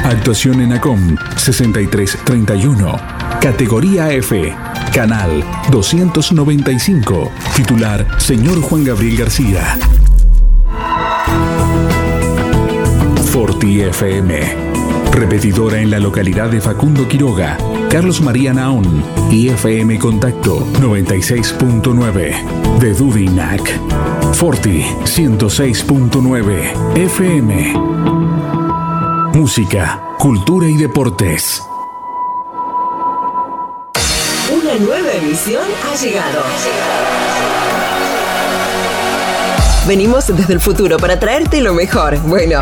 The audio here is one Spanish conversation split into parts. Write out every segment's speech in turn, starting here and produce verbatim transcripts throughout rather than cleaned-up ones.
Actuación ENACOM sesenta y tres treinta y uno. Categoría F. Canal doscientos noventa y cinco. Titular: Señor Juan Gabriel García. Forti F M. Repetidora en la localidad de Facundo Quiroga, Carlos María Naón y F M Contacto noventa y seis punto nueve de Dudinac. Forti ciento seis punto nueve F M. Música, cultura y deportes. Una nueva emisión ha llegado. Venimos desde el futuro para traerte lo mejor. Bueno,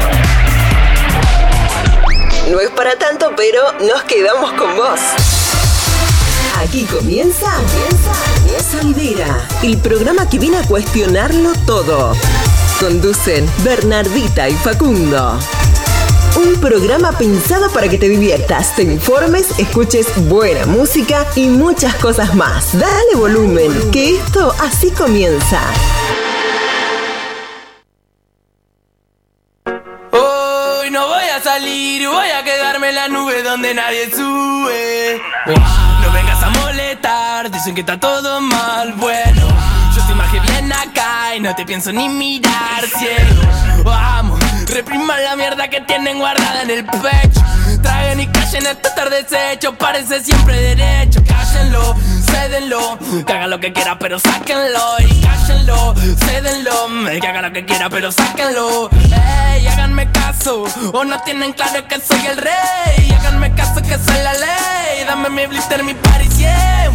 no es para tanto, pero nos quedamos con vos. Aquí comienza, comienza Salidera, el programa que viene a cuestionarlo todo. Conducen Bernardita y Facundo. Un programa pensado para que te diviertas, te informes, escuches buena música y muchas cosas más. Dale volumen, que esto así comienza. Hoy no voy a salir, voy a quedarme en la nube donde nadie sube. No vengas a molestar, dicen que está todo mal. Bueno, yo estoy más que bien acá y no te pienso ni mirar, ciego. Vamos, repriman la mierda que tienen guardada en el pecho. Traguen y callen esto estar deshecho, parece siempre derecho. Cállenlo, cédenlo, que haga lo que quiera pero sáquenlo. Y cállenlo, cédenlo, que haga lo que quiera pero sáquenlo. Ey, háganme caso, o no tienen claro que soy el rey. Háganme caso que soy la ley, dame mi blister, mi party cien.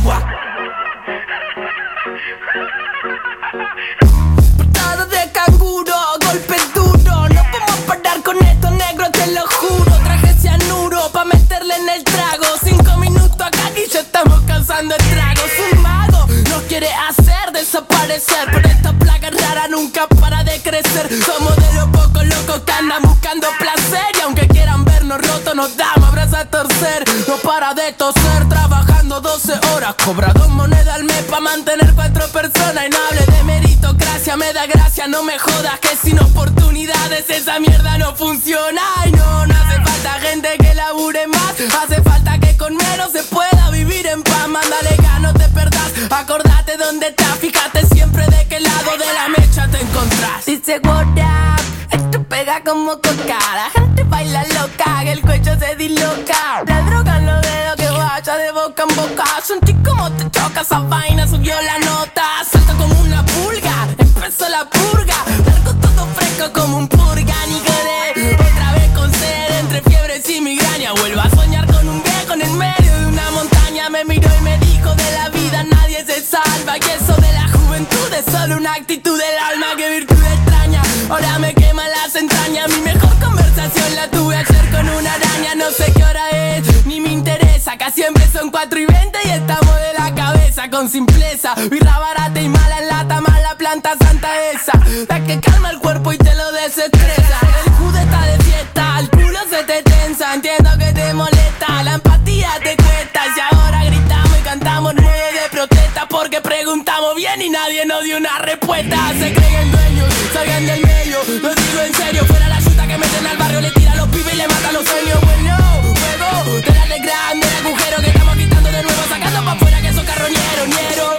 Portada de canguro, golpe duro. No podemos parar con esto, negro, te lo juro. Traje cianuro pa' meterle en el trago. Cinco minutos acá y ya estamos cansando estragos. Un mago nos quiere hacer desaparecer, pero esta plaga rara nunca para de crecer. Somos de los pocos locos que andan buscando placer, y aunque quieran vernos rotos nos damos abrazos a torcer. No para de toser, trabajando doce horas, cobra dos monedas al mes pa' mantener cuatro personas. Y no hable de meritocracia, me da gracia, no me jodas que sin oportunidades esa mierda no funciona. Y no, no hace falta gente que labure más, hace falta que con menos se pueda vivir en paz. Mándale gas, no te perdás, acordate dónde estás, fíjate siempre de qué lado de la mecha te encontrás. Dice what up, esto pega como coca, la gente baila loca, que el cuello se disloca. La droga en los dedos que vaya de boca en boca, sentí como te choca esa vaina, subió la nota. Salta como una pulga, empezó la purga, largo todo fresco como un purga, ni quedé. Otra vez con sed, entre fiebres y migraña, vuelvo a soñar con un viejo en el medio de una montaña. Me miró y me dijo de la vida nadie se salva, y eso de la juventud es solo una actitud del alma. Que virtud extraña, ahora me quema las entrañas. Mi mejor conversación la tuve ayer con una araña. No sé qué hora es, ni me interesa, acá siempre son cuatro y veinte y estamos de la cabeza con simpleza. Birra barata y mala en lata, mala planta santa esa, la que calma el cuerpo y te lo desestresa. El judo está de fiesta, el culo se te tensa, entiendo que te molesta, la empatía te cuesta. Y ahora gritamos y cantamos nueve de protesta, porque preguntamos bien y nadie nos dio una respuesta. Se creen dueños, salgan del medio, lo digo en serio. Fuera la chuta que meten al barrio, le tira a los pibes y le matan los sueños. Bueno, juego, te dale grande el agujero que estamos quitando de nuevo, sacando pa' afuera que son carroñeros, ñero.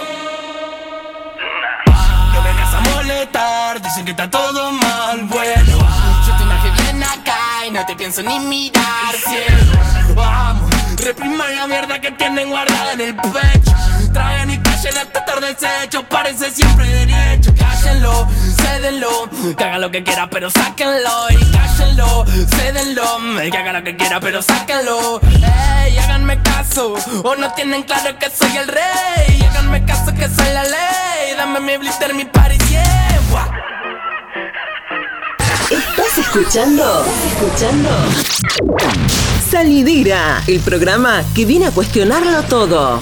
No vengas a molestar, dicen que está todo mal. Bueno, yo te imagino bien acá y no te pienso ni mirar, cielo. Vamos, repriman la mierda que tienen guardada en el pecho. Traen y callen hasta estar deshecho, parece siempre derecho. Cállenlo, cédenlo, que haga lo que quiera pero sáquenlo. Y cállenlo, cédenlo, que haga lo que quiera pero sáquenlo. Ey, háganme caso, o no tienen claro que soy el rey. Háganme caso que soy la ley, dame mi blister, mi party cien. ¿Estás escuchando? ¿Estás escuchando? Salidera, el programa que viene a cuestionarlo todo.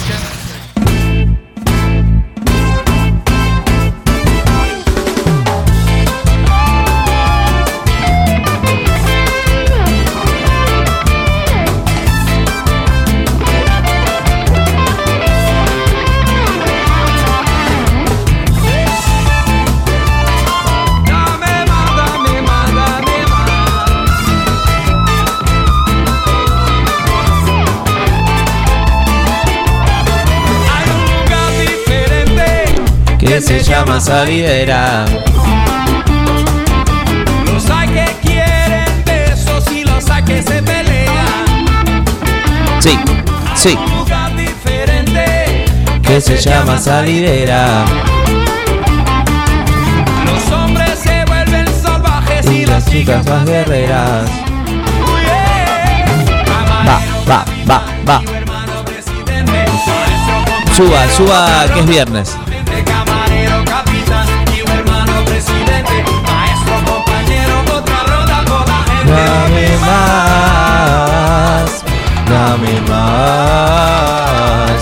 que se llama salidera. Los hay que quieren besos y los hay que se pelean. Sí, sí. Un lugar diferente Que se llama salidera. Los hombres se vuelven salvajes Y las chicas más guerreras. Va, va, va, va. Suba, suba, que es viernes. Camarero, capitán y un hermano presidente, maestro, compañero, otra ronda por la gente. Dame más, dame más.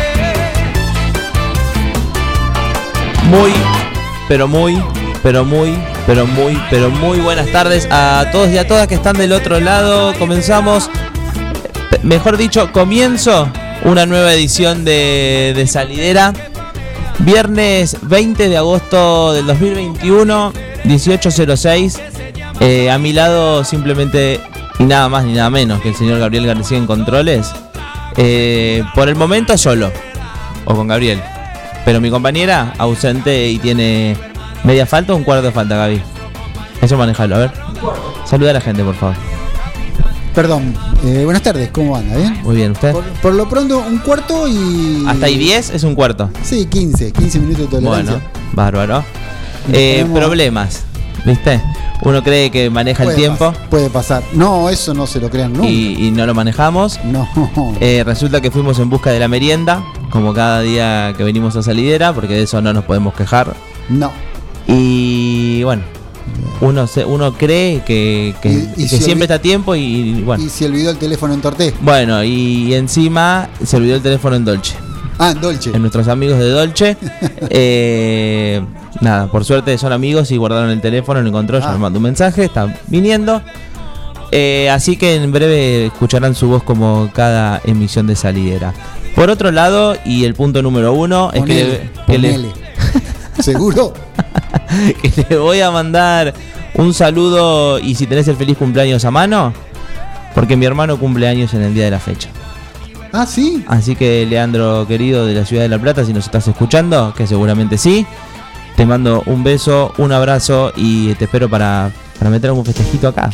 Muy, pero muy, pero muy, pero muy, pero muy buenas tardes a todos y a todas que están del otro lado. Comenzamos, mejor dicho, comienzo una nueva edición de, de Salidera. Viernes veinte de agosto del dos mil veintiuno, dieciocho cero seis. Eh, a mi lado simplemente y nada más ni nada menos que el señor Gabriel García en controles. Eh, por el momento solo, o con Gabriel. Pero mi compañera ausente y tiene media falta o un cuarto de falta, Gaby. Eso manejalo, a ver. Saluda a la gente, por favor. Perdón, eh, buenas tardes, ¿cómo anda? ¿Bien? Muy bien, ¿usted? Por, por lo pronto, un cuarto y... Hasta ahí diez es un cuarto. Sí, quince, quince minutos de tolerancia. Bueno, bárbaro. Eh, Tenemos... Problemas, ¿viste? Uno cree que maneja puede el tiempo. Pas- puede pasar. No, eso no se lo crean nunca. Y, y no lo manejamos. No. Eh, resulta que fuimos en busca de la merienda, como cada día que venimos a Salidera, porque de eso no nos podemos quejar. No. Y bueno, uno se, uno cree que, que, Y- y que si siempre olvi- está a tiempo y, y bueno. Y se olvidó el teléfono en Torté. Bueno, y encima se olvidó el teléfono en Dolce. Ah, en Dolce. En nuestros amigos de Dolce. eh, nada, por suerte son amigos y guardaron el teléfono, lo encontró, yo Ah. le mando un mensaje, están viniendo. Eh, así que en breve escucharán su voz como cada emisión de Salidera. Por otro lado, y el punto número uno, es que Ponele, le, que, le, ponele. ¿Seguro? que le voy a mandar un saludo y si tenés el feliz cumpleaños a mano, porque mi hermano cumple años en el día de la fecha. Ah, ¿sí? Así que Leandro querido de la ciudad de La Plata, si nos estás escuchando, que seguramente sí, te mando un beso, un abrazo y te espero para, para meter algún festejito acá.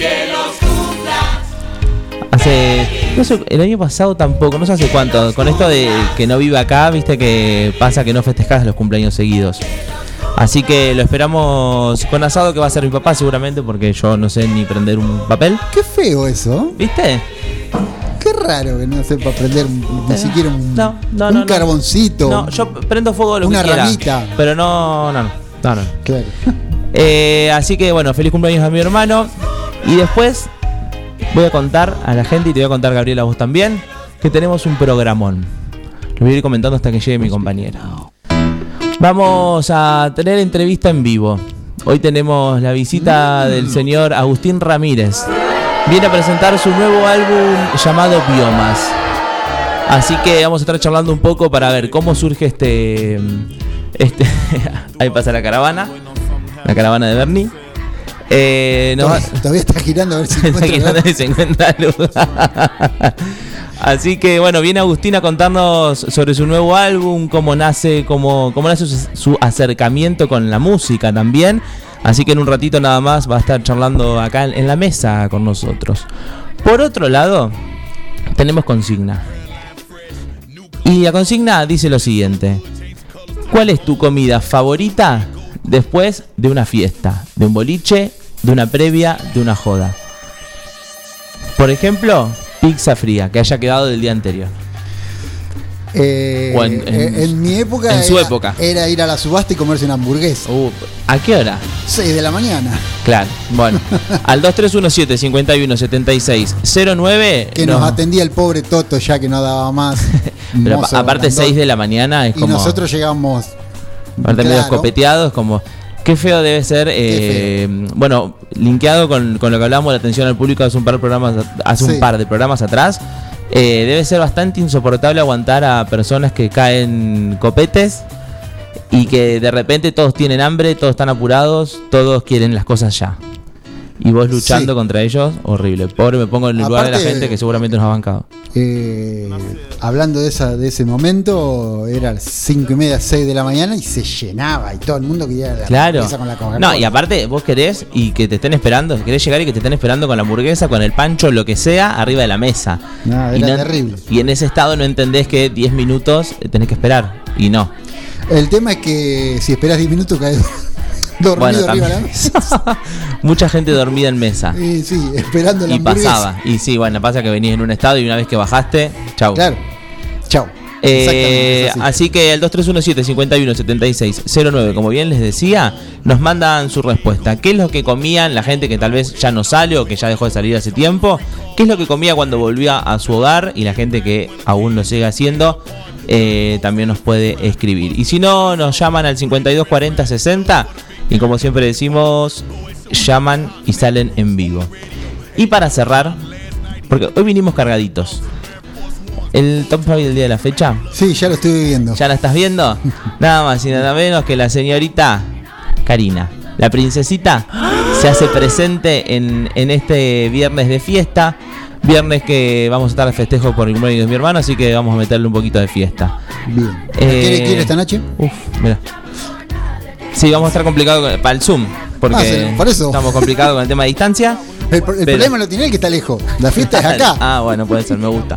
Hace, no sé, el año pasado tampoco, no sé hace cuánto, con esto de que no vive acá, viste que pasa que no festejás los cumpleaños seguidos. Así que lo esperamos con asado, que va a ser mi papá seguramente, porque yo no sé ni prender un papel. Qué feo eso. ¿Viste? Qué raro que no sepa prender ni siquiera un, No, no, un no, no. carboncito. No, yo prendo fuego lo Una que quiera. ramita. Pero no, no, no, no, no. Claro. Eh, así que bueno, feliz cumpleaños a mi hermano. Y después voy a contar a la gente, y te voy a contar, Gabriela, a vos también, que tenemos un programón. Lo voy a ir comentando hasta que llegue mi compañera. Vamos a tener entrevista en vivo. Hoy tenemos la visita del señor Agustín Ramírez. Viene a presentar su nuevo álbum llamado Biomas. Así que vamos a estar charlando un poco para ver cómo surge este... este ahí pasa la caravana. La caravana de Bernie. Eh, nos va- Todavía, todavía está girando a ver si Está encuentra girando y se encuentra luz. Así que bueno, viene Agustín a contarnos sobre su nuevo álbum, cómo nace, cómo, cómo nace su, su acercamiento con la música también. Así que en un ratito nada más va a estar charlando acá en la mesa con nosotros. Por otro lado, tenemos consigna. Y la consigna dice lo siguiente: ¿cuál es tu comida favorita después de una fiesta, de un boliche, de una previa, de una joda? Por ejemplo, pizza fría que haya quedado del día anterior. Eh, O en- en- en mi época, en su era, época. era ir a la subasta y comerse una hamburguesa. Uh, ¿a qué hora? seis de la mañana. Claro, bueno. Al dos tres uno siete, cinco uno siete seis cero nueve. Que nos atendía el pobre Toto ya que no daba más. Pero Mozo aparte grandote. seis de la mañana es Y como... nosotros llegamos. Aparte medio claro, escopeteados, como... Qué feo debe ser, eh, bueno, linkeado con, con lo que hablamos de la atención al público hace un par de programas, hace Sí. un par de programas atrás. Eh, debe ser bastante insoportable aguantar a personas que caen copetes y que de repente todos tienen hambre, todos están apurados, todos quieren las cosas ya. Y vos luchando Sí. contra ellos, horrible. Pobre, me pongo en el lugar de la Aparte, gente que seguramente nos ha bancado. Eh, hablando de esa de ese momento, era las cinco y media, seis de la mañana y se llenaba y todo el mundo quería la Claro. hamburguesa con la Coca-Cola. No, y aparte vos querés y que te estén esperando, querés llegar y que te estén esperando con la hamburguesa, con el pancho, lo que sea, arriba de la mesa. No, era y no, terrible. Y en ese estado no entendés que diez minutos tenés que esperar. Y no. El tema es que si esperás diez minutos caes dormido Bueno, arriba de la también. mesa. Mucha gente dormida en mesa. Y sí, esperando la Y hamburguesa. pasaba. Y sí, bueno, pasa que venís en un estado y una vez que bajaste, chau. Claro. Chau. Eh, Exactamente, es así. así que el dos tres uno siete, cinco uno, siete seis cero nueve, como bien les decía, nos mandan su respuesta. ¿Qué es lo que comían la gente que tal vez ya no sale o que ya dejó de salir hace tiempo? ¿Qué es lo que comía cuando volvía a su hogar? Y la gente que aún lo sigue haciendo, eh, también nos puede escribir. Y si no, nos llaman al cincuenta y dos cuarenta sesenta y como siempre decimos, llaman y salen en vivo. Y para cerrar, porque hoy vinimos cargaditos. El top five del día de la fecha, Sí, ya lo estoy viendo. ¿ya la estás viendo? Nada más y nada menos que la señorita Karina, la princesita, se hace presente en, en este viernes de fiesta. Viernes que vamos a estar de festejo por el cumpleaños de mi hermano, así que vamos a meterle un poquito de fiesta. Bien. Eh, ¿Quiere, quiere esta noche? Uf, mira. Sí, vamos a estar complicados con- para el Zoom, porque Ah, sí, por eso. estamos complicados con el tema de distancia. El, pro- el Pero- problema lo tiene el que está lejos. La fiesta es acá. Ah, bueno, puede ser, me gusta.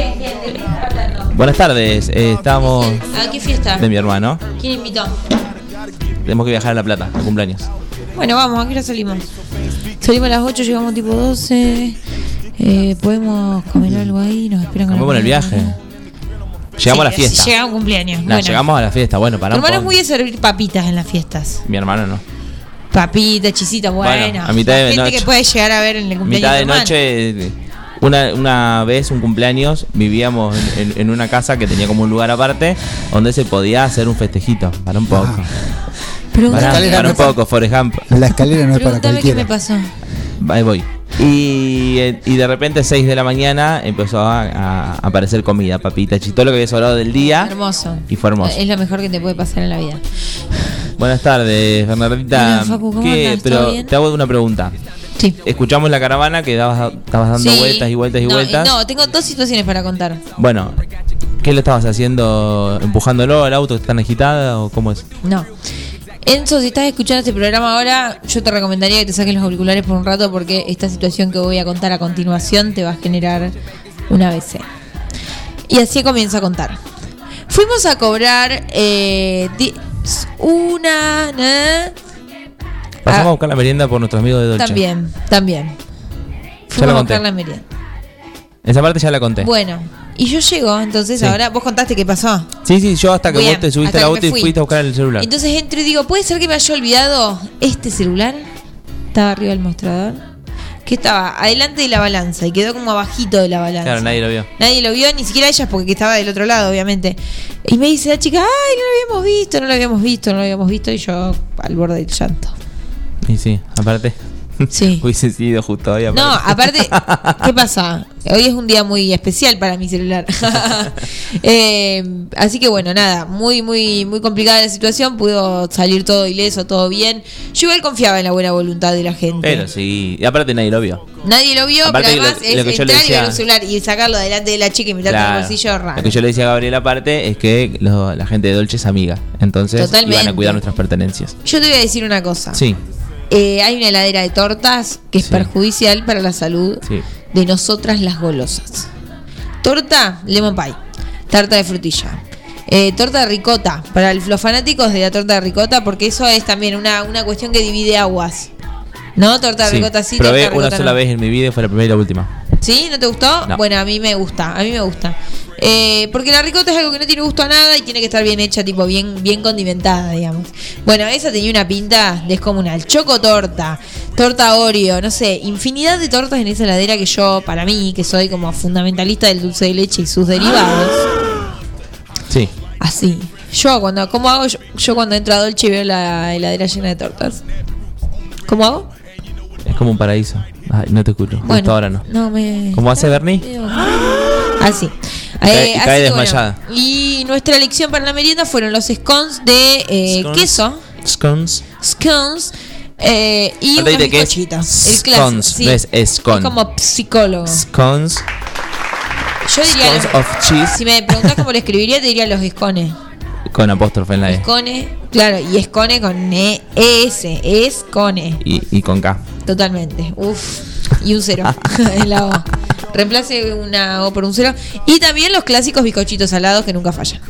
Buenas tardes, eh, estamos ¿A qué fiesta? de mi hermano. ¿Quién invitó? Tenemos que viajar a La Plata, al cumpleaños. Bueno, vamos, ¿a qué hora salimos? Salimos a las ocho, llegamos tipo doce. Eh, podemos comer algo ahí, nos esperan con Nos vemos en el viaje. Llegamos a la fiesta. Llegamos a un cumpleaños. No, bueno. llegamos a la fiesta, bueno, para Mi un hermano es poco. muy de servir papitas en las fiestas. Mi hermano no. Papitas, chisitas, bueno. Bueno, a mitad La de gente noche. que puede llegar a ver en el cumpleaños Mitad de tu hermano. noche, eh, una, una vez, un cumpleaños, vivíamos en, en- en una casa que tenía como un lugar aparte donde se podía hacer un festejito. Para un poco. Preguntame, Para, escalera para no un es para- poco, Forrest Gump. La escalera no es para preguntame qué cualquiera. me pasó. Ahí voy. Y, eh, y de repente, seis de la mañana, empezó a, a aparecer comida, papitas, y todo lo que había sobrado del día. Hermoso. Y fue hermoso. Es lo mejor que te puede pasar en la vida. Buenas tardes, Bernardita. Hola, Facu, ¿cómo ¿Qué? andás? ¿Todo Pero bien? te hago una pregunta. Sí. Escuchamos la caravana que dabas, estabas dando Sí. vueltas y vueltas y No, vueltas. No, tengo dos situaciones para contar. Bueno, ¿qué lo estabas haciendo? ¿Empujándolo al auto que está tan agitada o cómo es? No. Enzo, si estás escuchando este programa ahora, yo te recomendaría que te saques los auriculares por un rato porque esta situación que voy a contar a continuación te va a generar una A B C. Y así comienzo a contar. Fuimos a cobrar eh, di- una... ¿eh? Pasamos Ah, a buscar la merienda por nuestros amigos de Dolce. También, también. Ya Fuimos la a conté. buscar la merienda. Esa parte ya la conté. Bueno, y yo llego, entonces Sí. ahora vos contaste qué pasó. Sí, sí, yo hasta que Bien, vos te subiste hasta al que auto me y fui. fuiste a buscar el celular. Entonces entro y digo, ¿puede ser que me haya olvidado este celular? Estaba arriba del mostrador. Que estaba adelante de la balanza y quedó como abajito de la balanza. Claro, nadie lo vio. Nadie lo vio, ni siquiera ellas, porque estaba del otro lado, obviamente. Y me dice la chica, ay, no lo habíamos visto, no lo habíamos visto, no lo habíamos visto. Y yo al borde del llanto. Y sí, aparte. Sí. Hubiese sido justo hoy. No, aparte, ¿qué pasa? Hoy es un día muy especial para mi celular. Eh, así que bueno, nada, muy, muy, muy complicada la situación. Pudo salir todo ileso, todo bien. Yo igual confiaba en la buena voluntad de la gente. Pero sí, y aparte nadie lo vio. Nadie lo vio, Aparte, pero además lo- lo que es yo le entrar y decía- ver un celular y sacarlo delante de la chica y meterlo en Claro. el bolsillo raro. Lo que yo le decía a Gabriela aparte es que lo- la gente de Dolce es amiga. Entonces Totalmente. iban a cuidar nuestras pertenencias. Yo te voy a decir una cosa. Sí, Eh, hay una heladera de tortas que es Sí. perjudicial para la salud sí. de nosotras las golosas. Torta, lemon pie. Tarta de frutilla. Eh, torta de ricota. Para los fanáticos de la torta de ricota, porque eso es también una, una cuestión que divide aguas. ¿No? Torta de Sí. ricota sí, torta Probé de ricota una sola no. vez en mi vida y fue la primera y la última. ¿Sí? ¿No te gustó? No. Bueno, a mí me gusta, a mí me gusta. Eh, porque la ricota es algo que no tiene gusto a nada y tiene que estar bien hecha, tipo bien, bien condimentada, digamos. Bueno, esa tenía una pinta descomunal. Choco torta, torta Oreo, no sé, infinidad de tortas en esa heladera que yo, para mí, que soy como fundamentalista del dulce de leche y sus derivados, Sí. así. Yo cuando, ¿cómo hago? Yo, yo cuando entro a Dolce y veo la heladera llena de tortas. ¿Cómo hago? Es como un paraíso. Ay, no te escucho. Justo ahora no. No me. ¿Cómo hace Bernie? Así. Cae- Eh, y así cae que bueno. desmayada. Y nuestra elección para la merienda fueron los scones de eh, Scones. queso. Scones. Scones. Eh, y Aparte unos de que es bizcochitos. El clásico, scones, sí. no es scone. Es como psicólogo. Scones. Yo diría Scones los- of cheese. si me preguntás cómo lo escribiría, te diría los escones. Con apóstrofe en la E. Escone, claro, y escone con E S, escone. Y, y con K. Totalmente. Uf. Y un cero en la O. Reemplace una O por un cero. Y también los clásicos bizcochitos salados que nunca fallan.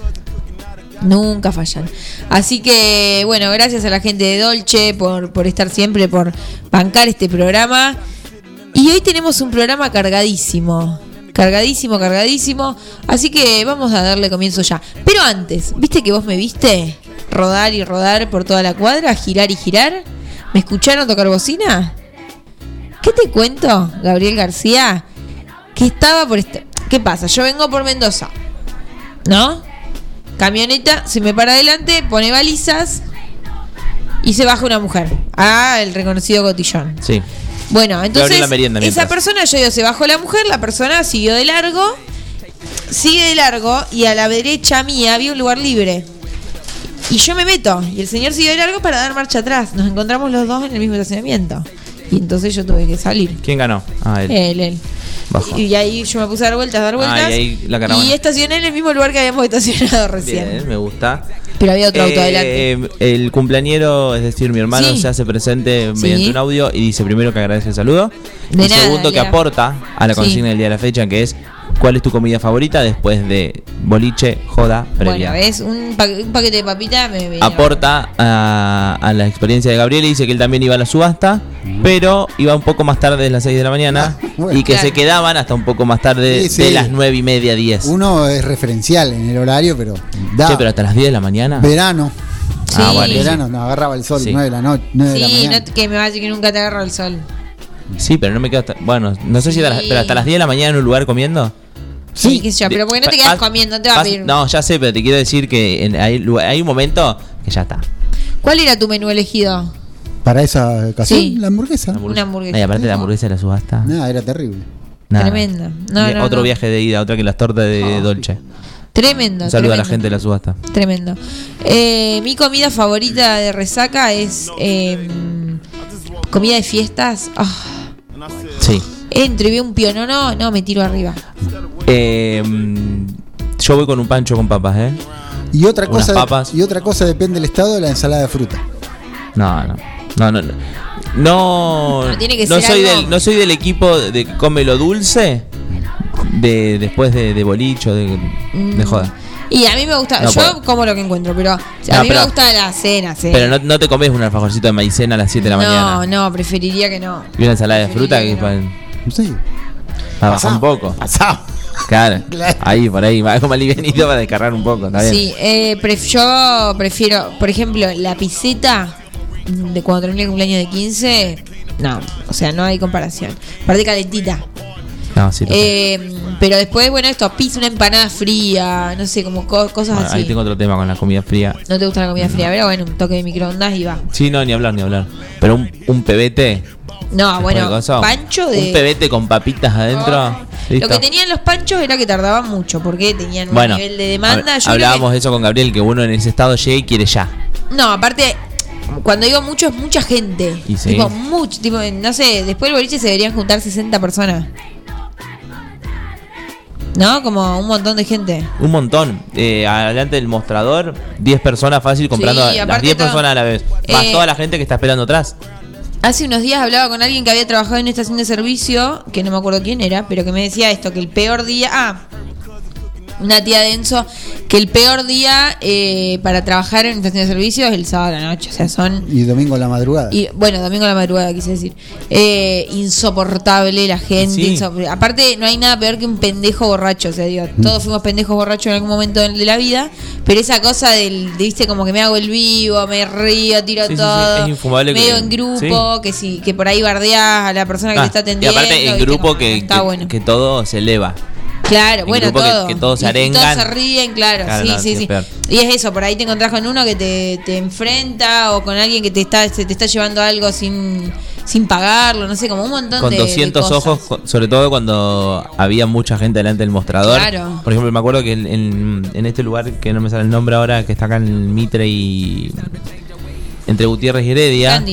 Nunca fallan. Así que, bueno, gracias a la gente de Dolce por, por estar siempre, por bancar este programa. Y hoy tenemos un programa cargadísimo. Cargadísimo, cargadísimo. Así que vamos a darle comienzo ya. Pero antes, ¿viste que vos me viste rodar y rodar por toda la cuadra? Girar y girar. ¿Me escucharon tocar bocina? ¿Qué te cuento, Gabriel García? Que estaba por... Este... ¿Qué pasa? Yo vengo por Mendoza, ¿no? Camioneta, se me para adelante, pone balizas y se baja una mujer. Ah, el reconocido cotillón. Sí. Bueno, entonces la merienda esa mientras. persona, yo digo, se bajó la mujer, la persona siguió de largo, sigue de largo y a la derecha mía había un lugar libre. Y yo me meto y el señor siguió de largo para dar marcha atrás. Nos encontramos los dos en el mismo estacionamiento. Y entonces yo tuve que salir. ¿Quién ganó? Ah, él. Él, él. Bajó. Y ahí yo me puse a dar vueltas, a dar vueltas. Ah, y ahí la caravana. y estacioné en el mismo lugar que habíamos estacionado recién. Bien, me gusta. Pero había otro auto Eh, adelante. El cumpleañero, es decir, mi hermano, Sí. se hace presente Sí. mediante un audio y dice primero que agradece el saludo. De y nada, segundo que Lea. aporta a la Sí. consigna del día de la fecha, que es ¿cuál es tu comida favorita después de boliche, joda, previa? Bueno, ves, un, pa- un paquete de papitas me venía. Aporta a, a la experiencia de Gabriel y dice que él también iba a la subasta, pero iba un poco más tarde de las seis de la mañana Ah, bueno. y que Claro. se quedaban hasta un poco más tarde Sí, sí. de las nueve y media, diez. Uno es referencial en el horario, pero da. Che, pero hasta las diez de la mañana. Verano. Sí. Ah, bueno, Verano, no agarraba el sol Sí. nueve de la noche, nueve de la Sí, mañana. no, que me va a decir que nunca te agarro el sol. Sí, pero no me quedo hasta. Bueno, no sé si hasta las, Sí. pero hasta las diez de la mañana en un lugar comiendo. Sí, qué sé yo, pero ¿por qué no te quedas Pas- comiendo? No te va a pas- pedir. No, ya sé, pero te quiero decir que en- hay, lugar- hay un momento que ya está. ¿Cuál era tu menú elegido? Para esa ocasión, Sí. la hamburguesa. Una hamburguesa. Y aparte la hamburguesa de la subasta. Nada, era terrible. Nada. Tremenda. No, Ni- no, Otro no. viaje de ida, otra que las tortas de Oh. Dolce. Tremendo. Un saludo a la tremendo. gente de la subasta. Tremendo. Eh, mi comida favorita de resaca es eh, comida de fiestas. Ah, Sí. entro y veo un pionono, no, me tiro arriba. Eh, yo voy con un pancho con papas, ¿eh? Y otra Unas cosa, papas. y otra cosa depende del estado de la ensalada de fruta. No, no. No, no, no. No, No, tiene que no ser soy algo- del, no soy del equipo de que come lo dulce de después de, de bolicho, de, de joda. Y a mí me gusta, No yo puedo. como lo que encuentro, pero o sea, a No, mí pero- me gusta la cena, sí. Pero no, no te comes un alfajorcito de maicena a las siete de la no, mañana. no, preferiría que no. Y una ensalada de fruta que Preferiría para, Sí. para bajar un poco. Pasado. Claro. Claro. Ahí, por ahí, va como alivianito para descargar un poco, está bien. Sí, eh, pref- yo prefiero, por ejemplo, la piseta de cuando terminé el cumpleaños de quince, no, o sea, no hay comparación. Aparte calentita. No, sí, lo sé. Eh, pero después, bueno, esto, pizza, una empanada fría, no sé, como co- cosas Bueno, así. ahí tengo otro tema con la comida fría. No te gusta la comida fría, pero bueno, un toque de microondas y va. Sí, no, ni hablar, ni hablar. Pero un, un pebete. No, bueno, cosa, pancho de... Un pebete con papitas adentro. Oh. listo. Lo que tenían los panchos era que tardaban mucho, porque tenían un Bueno, nivel de demanda. hab- Yo creo hablábamos que- de eso con Gabriel, que uno en ese estado llega y quiere ya. No, aparte, cuando digo mucho es mucha gente. Y sí. Tipo, mucho, tipo, no sé, después del boliche se deberían juntar sesenta personas. ¿No? Como un montón de gente. Un montón. Eh, adelante del mostrador, diez personas fácil comprando Sí, a- las aparte diez todo- personas a la vez. Más Eh, toda la gente que está esperando atrás. Hace unos días hablaba con alguien que había trabajado en una estación de servicio, que no me acuerdo quién era, pero que me decía esto, que el peor día... Ah, una tía de Enzo, que el peor día eh, para trabajar en una estación de servicio es el sábado a la noche. O sea, son... Y domingo a la madrugada. Y bueno, domingo a la madrugada quise decir. Eh, insoportable la gente. Sí. insopor- Aparte, no hay nada peor que un pendejo borracho. O sea, digo, todos fuimos pendejos borrachos en algún momento de de la vida. Pero esa cosa del, de, viste, como que me hago el vivo, me río, tiro Sí, sí, sí, todo. es infumable medio que- en grupo, que si, que por ahí bardeás a la persona que Ah, te está y atendiendo. aparte en viste, grupo como que, está que, bueno. que todo se eleva. Claro, en bueno, grupo que- todo. que todos se Y- y arengan. todos se ríen, claro. Claro, sí, no, sí, sí, sí. es peor. Y es eso, por ahí te encontrás con uno que te, te enfrenta o con alguien que te está, se te está llevando algo sin, sin pagarlo, no sé, como un montón Con de de doscientos cosas. ojos, co- sobre todo cuando había mucha gente delante del mostrador. Claro. Por ejemplo, me acuerdo que en, en- en este lugar, que no me sale el nombre ahora, que está acá en Mitre y... entre Gutiérrez y Heredia. Candy.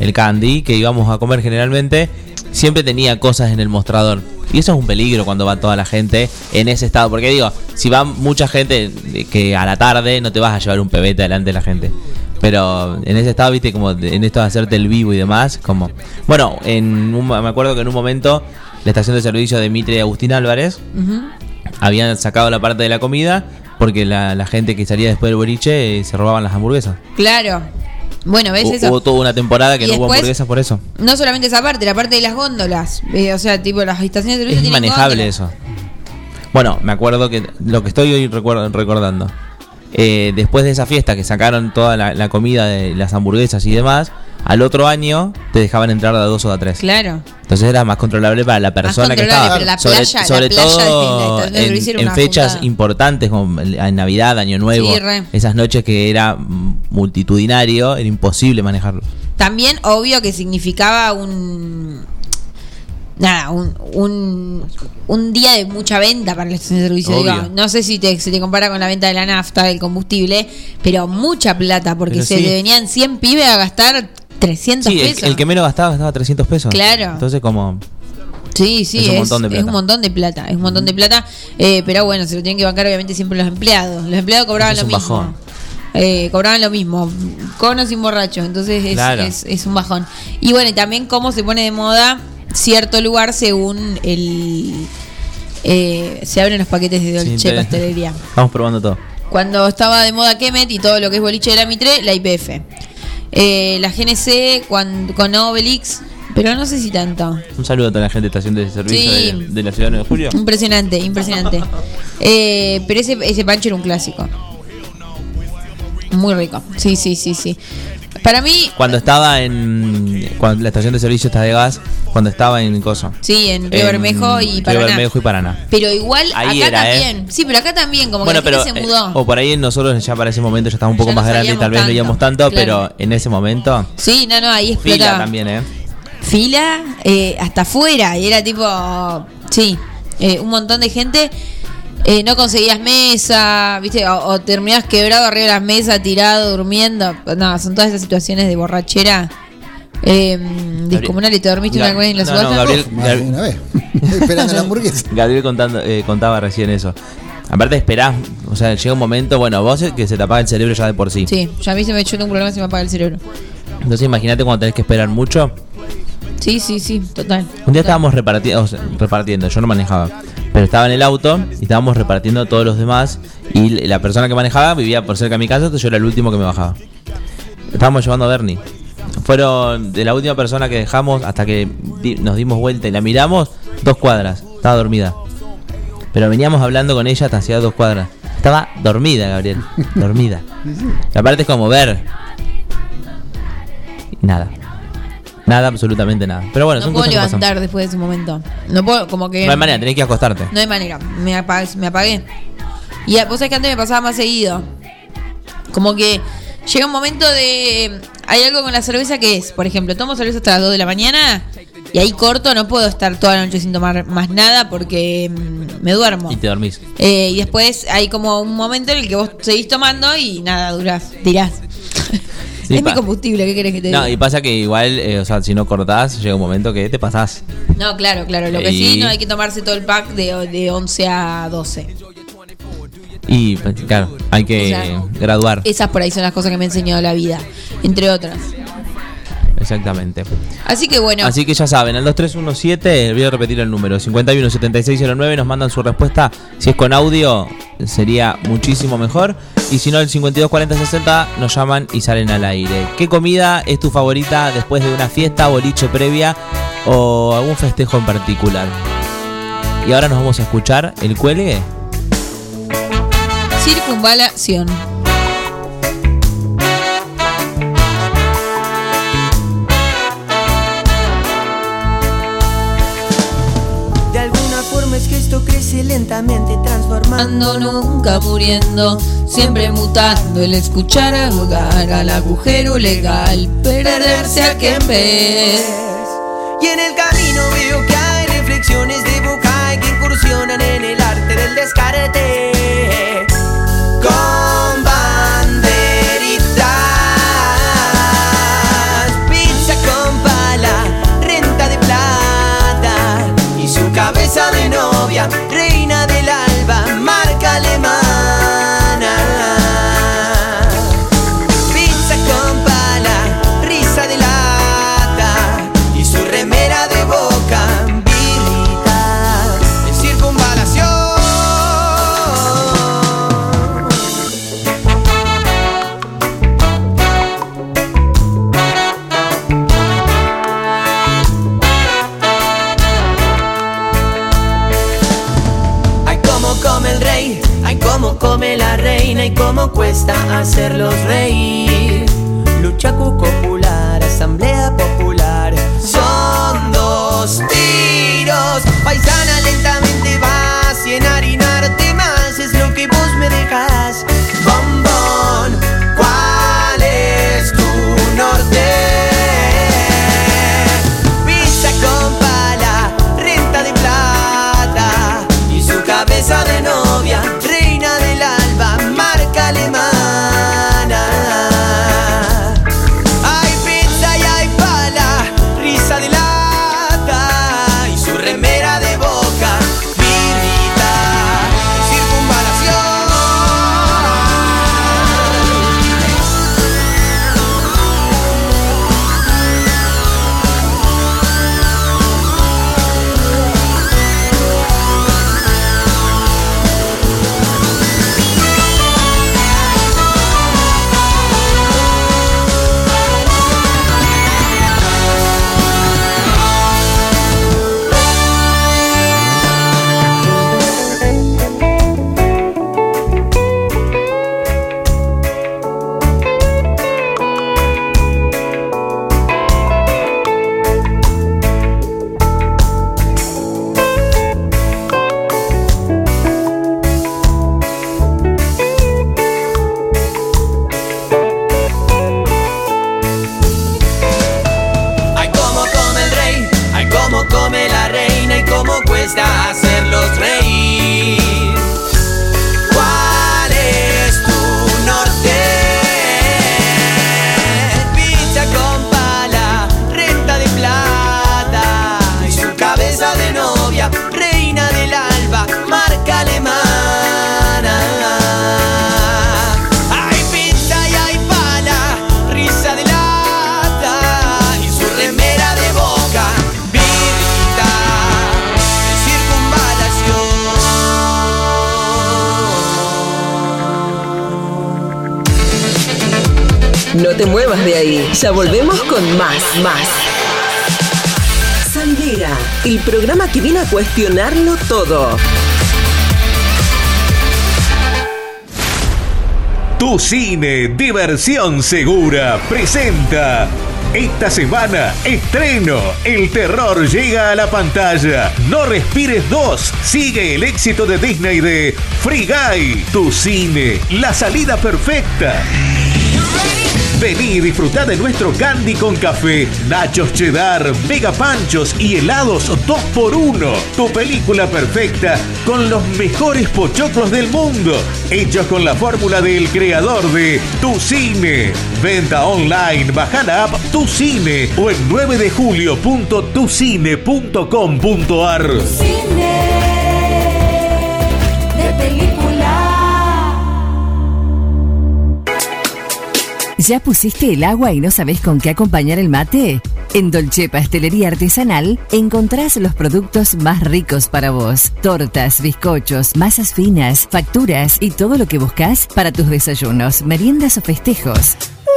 el Candy, que íbamos a comer generalmente, siempre tenía cosas en el mostrador. Y eso es un peligro cuando va toda la gente en ese estado. Porque digo, si va mucha gente que a la tarde no te vas a llevar un pebete delante de la gente. Pero en ese estado, viste, como en esto de hacerte el vivo y demás, como... Bueno, en un, me acuerdo que en un momento la estación de servicio de Mitre y Agustín Álvarez uh-huh. habían sacado la parte de la comida porque la, la gente que salía después del boliche eh, se robaban las hamburguesas. Claro. Bueno, ¿ves Hu- eso? Hubo toda una temporada que y no después, hubo hamburguesas por eso. No solamente esa parte, la parte de las góndolas. Eh, o sea, tipo, las estaciones de servicio Es tienen manejable góndolas. eso. Bueno, me acuerdo que lo que estoy hoy recuerdo, recordando. Eh, después de esa fiesta que sacaron toda la, la comida de las hamburguesas y demás, al otro año te dejaban entrar de a dos o de a tres. Claro. Entonces era más controlable para la persona que estaba. Pero la sobre playa, sobre la playa todo de, de, de en, era en una fechas juntada. importantes como en Navidad, Año Nuevo, Sí, re. esas noches que era multitudinario, era imposible manejarlo. También, obvio que significaba un... Nada, un, un, un día de mucha venta para la estación de servicio. Obvio. Digo, no sé si te, se te compara con la venta de la nafta, del combustible, pero mucha plata, porque Pero se sí. le venían cien pibes a gastar trescientos Sí, el, pesos. el que menos gastaba gastaba trescientos pesos. Claro. Entonces como... Sí, sí, es es, un montón de plata. es un montón de plata, es un montón de plata, eh, pero bueno, se lo tienen que bancar obviamente siempre los empleados. Los empleados cobraban Eso lo es un mismo. bajón. Eh, cobraban lo mismo, conos sin borrachos, entonces es, Claro. es, es un bajón. Y bueno, y también cómo se pone de moda cierto lugar según el... Eh, se abren los paquetes de Sí, Dolce te- Pastelería. Estamos probando todo. Cuando estaba de moda Kemet y todo lo que es boliche de la Mitre, la I P F. Eh, la G N C cuando, con Obelix, pero no sé si tanto. Un saludo a toda la gente de estación de servicio Sí. de, de la ciudad de nueve de julio. Impresionante, impresionante. Eh, pero ese, ese pancho era un clásico. Muy rico. Sí, sí, sí, sí. Para mí, Cuando estaba en... Cuando la estación de servicio está de gas, cuando estaba en Coso. sí, en Río Bermejo y Río Paraná. Bermejo y Paraná. Pero igual Ahí acá era, ¿eh? también. Sí, pero acá también, como Bueno, que la pero gente se eh, mudó. o por ahí nosotros ya para ese momento ya estábamos un poco Ya más no grandes y tal vez no salíamos íbamos tanto, tanto, claro. pero en ese momento Sí, no, no, ahí fila explotaba. también, ¿eh? Fila eh, hasta afuera. Y era tipo, sí, eh, un montón de gente. Eh, no conseguías mesa, ¿viste? O, o terminabas quebrado arriba de las mesas, tirado, durmiendo. No, son todas esas situaciones de borrachera eh, descomunal. ¿Y te dormiste una Gab- vez en la no, subasta? no, Gabriel- Más de una vez. Esperando la hamburguesa. Gabriel contando, eh, contaba recién eso. Aparte esperás, o sea, llega un momento, bueno, vos que se te apaga el cerebro ya de por sí. Sí, ya a mí se me echó un problema y se me apaga el cerebro. Entonces imagínate cuando tenés que esperar mucho. Sí, sí, sí, total. Un día estábamos reparti- o sea, repartiendo, yo no manejaba, pero estaba en el auto y estábamos repartiendo a todos los demás y la persona que manejaba vivía por cerca de mi casa, entonces yo era el último que me bajaba. Estábamos llevando a Bernie. Fueron de la última persona que dejamos hasta que di- nos dimos vuelta y la miramos, dos cuadras, estaba dormida. Pero veníamos hablando con ella hasta hacía dos cuadras. Estaba dormida, Gabriel, dormida. Y aparte es como ver. Y nada. Nada, absolutamente nada. Pero bueno, No son puedo cosas que pasan. levantar después de ese momento. No puedo, como que. No hay manera, tenés que acostarte. No hay manera. Me apagué. Me apagué. Y vos sabés que antes me pasaba más seguido. Como que llega un momento de. Hay algo con la cerveza que es, por ejemplo, tomo cerveza hasta las dos de la mañana y ahí corto, no puedo estar toda la noche sin tomar más nada porque mm, me duermo. Y te dormís. Eh, y después hay como un momento en el que vos seguís tomando y nada, durás, tirás. Sí, es mi pa- combustible, ¿qué querés que te diga? No, y pasa que igual, eh, o sea, si no cortás, llega un momento que te pasás. No, claro, claro. Lo que Y- sí, no hay que tomarse todo el pack de, de once a doce. Y pues, claro, hay que O sea, graduar. Esas por ahí son las cosas que me ha enseñado la vida, entre otras. Exactamente. Así que bueno, Así que ya saben, al dos tres uno siete, voy a repetir el número, cincuenta y uno setenta y seis cero nueve, nos mandan su respuesta. Si es con audio, sería muchísimo mejor. Y si no, el cincuenta y dos cuarenta sesenta, nos llaman y salen al aire. ¿Qué comida es tu favorita después de una fiesta, boliche previa o algún festejo en particular? Y ahora nos vamos a escuchar el cuelgue. circunvalación. De alguna forma es que esto crece lentamente transformando. Ando nunca muriendo, siempre mutando. El escuchar ahogar al agujero legal, perderse a quien ves. Y en el camino veo que hay reflexiones de boca que incursionan en el arte del descarte. Con banderitas, pizza con cabeza de novia, reina del alba, marca alemana. Pizza con pala, risa de lata y su remera de Boca, birrita de circunvalación. Cómo come la reina y cómo cuesta hacerlos reír. Lucha popular, asamblea popular, son dos tiros. Paisana lentamente vas y enharinarte más es lo que vos me dejas. Bombón, ¿cuál es tu norte? Pizza con pala, renta de plata y su cabeza de novia, reina del alba, marca alemana. Hay pizza y hay pala, risa de lata y su remera de Boca, birrita de circunvalación. Come la reina y cómo cuesta hacerlos reír. ¿Cuál es tu norte? Pizza con pala, renta de plata y su cabeza de novia, reina del alba, marca alemana. Hay pizza y hay pala, risa de lata y su remera de Boca, no te muevas de ahí, ya volvemos con más, más. Salidera, el programa que viene a cuestionarlo todo. Tu Cine, diversión segura, presenta. Esta semana, estreno. El terror llega a la pantalla. No respires dos. Sigue el éxito de Disney de Free Guy. Tu Cine, la salida perfecta. Vení y disfrutá de nuestro candy con café, nachos cheddar, mega panchos y helados dos por uno. Tu película perfecta con los mejores pochoclos del mundo, hechos con la fórmula del creador de Tu Cine. Venta online, baja la app Tu Cine o en nueve de julio punto tu cine punto com punto ar. Cine de película. ¿Ya pusiste el agua y no sabés con qué acompañar el mate? En Dolce Pastelería Artesanal encontrás los productos más ricos para vos. Tortas, bizcochos, masas finas, facturas y todo lo que buscas para tus desayunos, meriendas o festejos.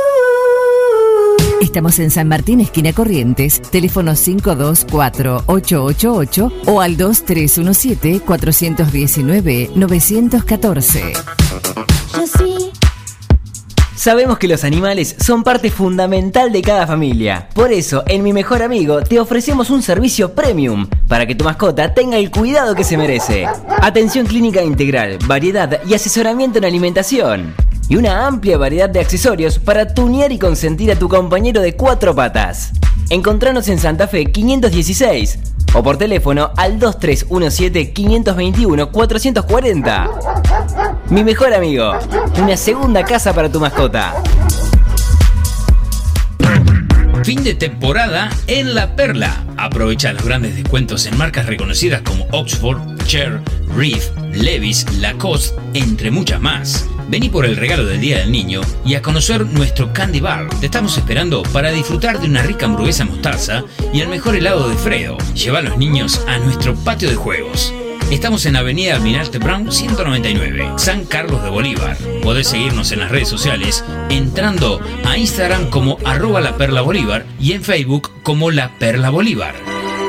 Estamos en San Martín, esquina Corrientes, teléfono cinco dos cuatro, ocho ocho ocho o al dos tres uno siete, cuatro uno nueve, nueve uno cuatro. Yo sí. Sabemos que los animales son parte fundamental de cada familia. Por eso, en Mi Mejor Amigo te ofrecemos un servicio premium para que tu mascota tenga el cuidado que se merece. Atención clínica integral, variedad y asesoramiento en alimentación. Y una amplia variedad de accesorios para tunear y consentir a tu compañero de cuatro patas. Encontranos en Santa Fe quinientos dieciséis o por teléfono al dos tres uno siete, cinco dos uno, cuatro cuatro cero. Mi Mejor Amigo, una segunda casa para tu mascota. Fin de temporada en La Perla. Aprovecha los grandes descuentos en marcas reconocidas como Oxford, Cher, Reef, Levi's, Lacoste, entre muchas más. Vení por el regalo del Día del Niño y a conocer nuestro Candy Bar. Te estamos esperando para disfrutar de una rica hamburguesa mostaza y el mejor helado de Fredo. Lleva a los niños a nuestro patio de juegos. Estamos en Avenida Almirante Brown ciento noventa y nueve, San Carlos de Bolívar. Podés seguirnos en las redes sociales entrando a Instagram como arroba la perla bolívar y en Facebook como la perla bolívar.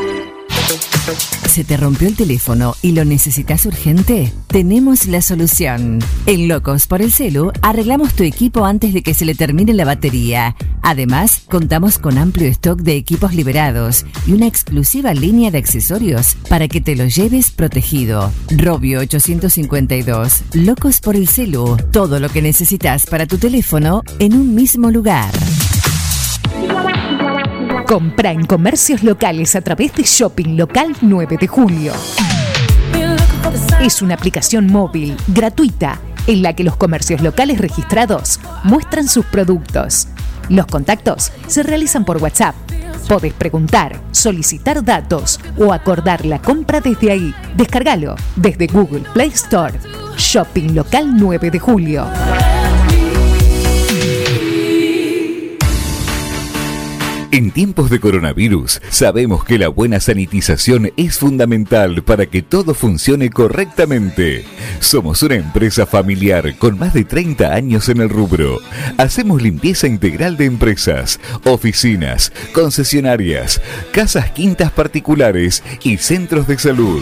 ¿Se te rompió el teléfono y lo necesitas urgente? Tenemos la solución. En Locos por el Celu arreglamos tu equipo antes de que se le termine la batería. Además, contamos con amplio stock de equipos liberados y una exclusiva línea de accesorios para que te lo lleves protegido. Robio ochocientos cincuenta y dos. Locos por el Celu. Todo lo que necesitas para tu teléfono en un mismo lugar. Compra en comercios locales a través de Shopping Local nueve de julio. Es una aplicación móvil gratuita en la que los comercios locales registrados muestran sus productos. Los contactos se realizan por WhatsApp. Podés preguntar, solicitar datos o acordar la compra desde ahí. Descárgalo desde Google Play Store. Shopping Local nueve de julio. En tiempos de coronavirus, sabemos que la buena sanitización es fundamental para que todo funcione correctamente. Somos una empresa familiar con más de treinta años en el rubro. Hacemos limpieza integral de empresas, oficinas, concesionarias, casas quintas particulares y centros de salud.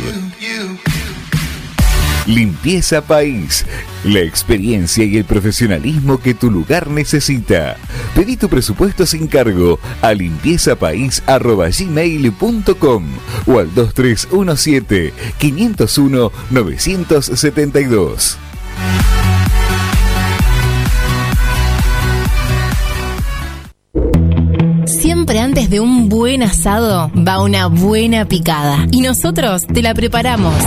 Limpieza País, la experiencia y el profesionalismo que tu lugar necesita. Pedí tu presupuesto sin cargo a limpieza país arroba gmail punto com o al dos tres uno siete, cinco cero uno, nueve siete dos. Siempre antes de un buen asado va una buena picada y nosotros te la preparamos.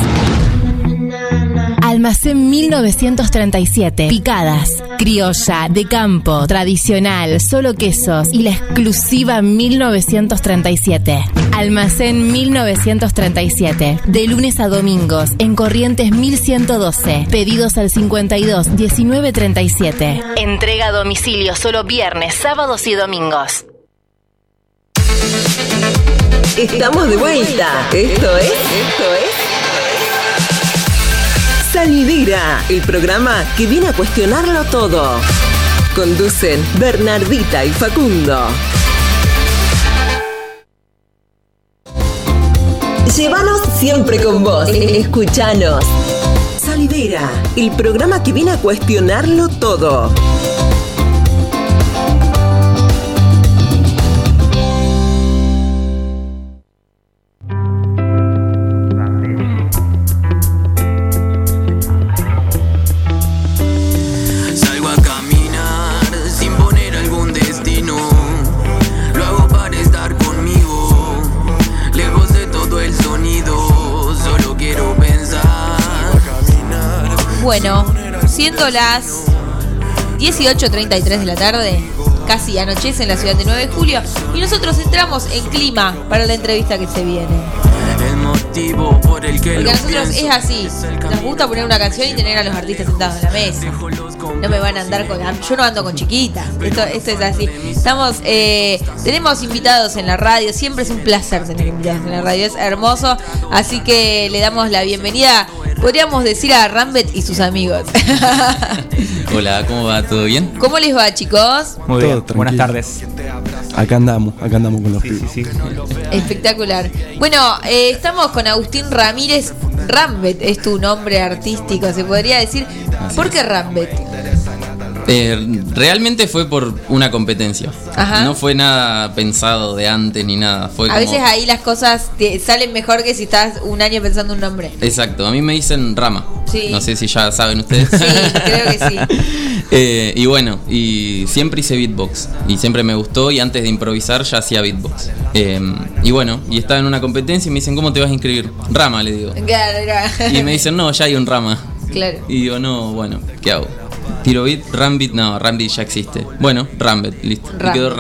Almacén mil novecientos treinta y siete. Picadas, criolla, de campo, tradicional, solo quesos y la exclusiva mil novecientos treinta y siete. Almacén mil novecientos treinta y siete. De lunes a domingos en Corrientes mil ciento doce. Pedidos al cincuenta y dos, diecinueve treinta y siete. Entrega a domicilio solo viernes, sábados y domingos. Estamos de vuelta. Esto es, esto es Salidera, el programa que viene a cuestionarlo todo. Conducen Bernardita y Facundo. Llévanos siempre con vos. Escuchanos. Salidera, el programa que viene a cuestionarlo todo. Bueno, siendo las dieciocho treinta y tres de la tarde, casi anochece en la ciudad de nueve de julio, y nosotros entramos en clima para la entrevista que se viene. Porque a nosotros es así, nos gusta poner una canción y tener a los artistas sentados en la mesa. No me van a andar con... Yo no ando con chiquitas, esto, esto es así. Estamos, eh, tenemos invitados en la radio, siempre es un placer tener invitados en la radio, es hermoso, así que le damos la bienvenida, podríamos decir, a Rambet y sus amigos. Hola, ¿cómo va? ¿Todo bien? ¿Cómo les va, chicos? Muy bien, buenas tardes. Acá andamos, acá andamos con los pibes. Sí, sí, sí. Espectacular. Bueno, eh, estamos con Agustín Ramírez. Rambet es tu nombre artístico, se podría decir. Así ¿Por es. qué Rambet? Eh, realmente fue por una competencia. Ajá. No fue nada pensado de antes ni nada. Fue A como... veces ahí las cosas te salen mejor que si estás un año pensando un nombre. Exacto, a mí me dicen Rama. Sí. No sé si ya saben ustedes. Sí, creo que sí. eh, y bueno, y siempre hice beatbox. Y siempre me gustó, y antes de improvisar ya hacía beatbox. Eh, y bueno, y estaba en una competencia y me dicen, ¿cómo te vas a inscribir? Rama, le digo. Claro, claro. Y me dicen, no, ya hay un Rama. Claro. Y digo, no, bueno, ¿qué hago? Tiro beat, Rambit, no, Rambit ya existe. Bueno, Rambet, listo. Rambet. Y quedó Rambet.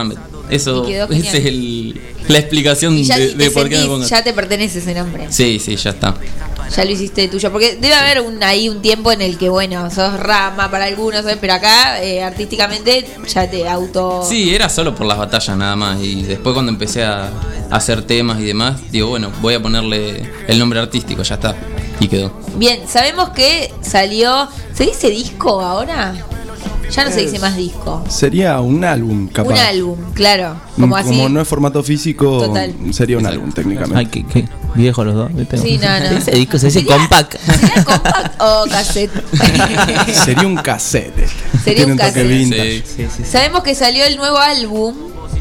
eso Y quedó esa genial. es el, la explicación Y ya, de, y de te por qué me sentís, pongo. ya te pertenece ese nombre. Sí, sí, ya está. Ya lo hiciste tuyo. Porque debe haber un, ahí un tiempo en el que, bueno, sos rama para algunos, ¿sabes? Pero acá, eh, artísticamente, ya te auto. Sí, era solo por las batallas nada más. Y después cuando empecé a, a hacer temas y demás, digo, bueno, voy a ponerle el nombre artístico, ya está. Y quedó. Bien, sabemos que salió. ¿Se dice disco ahora? Ya no se dice más disco. Sería un álbum, capaz. Un álbum, claro. Como así. Como no es formato físico, Total. sería un álbum técnicamente. Ay, qué, qué viejos los dos. ¿viste? Sí, no, no. Ese disco se dice compact. ¿Sería compact o cassette? Sería un cassette. Sería Tiene un toque cassette. vintage. Sí, sí, sí. Sabemos que salió el nuevo álbum,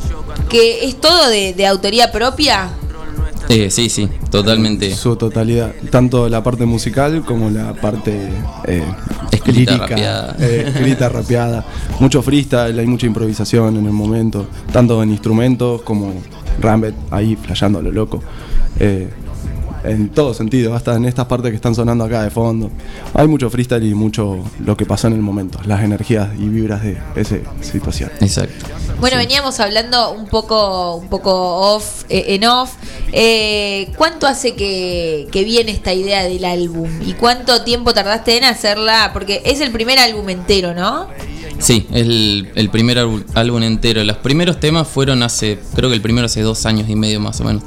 que es todo de, de autoría propia. Eh, sí, sí, totalmente. Su totalidad. Tanto la parte musical como la parte eh, Escrita, lírica, rapeada. eh, escrita, rapeada. Mucho freestyle, hay mucha improvisación en el momento. Tanto en instrumentos como Rambet ahí flasheando a lo loco. Eh, en todo sentido, hasta en estas partes que están sonando acá de fondo. Hay mucho freestyle y mucho lo que pasó en el momento, las energías y vibras de esa situación. Exacto. Bueno, veníamos hablando un poco, un poco off, eh, en off. Eh, ¿Cuánto hace que, que viene esta idea del álbum? ¿Y cuánto tiempo tardaste en hacerla? Porque es el primer álbum entero, ¿no? Sí, es el, el primer álbum, álbum entero. Los primeros temas fueron hace, creo que el primero hace dos años y medio más o menos.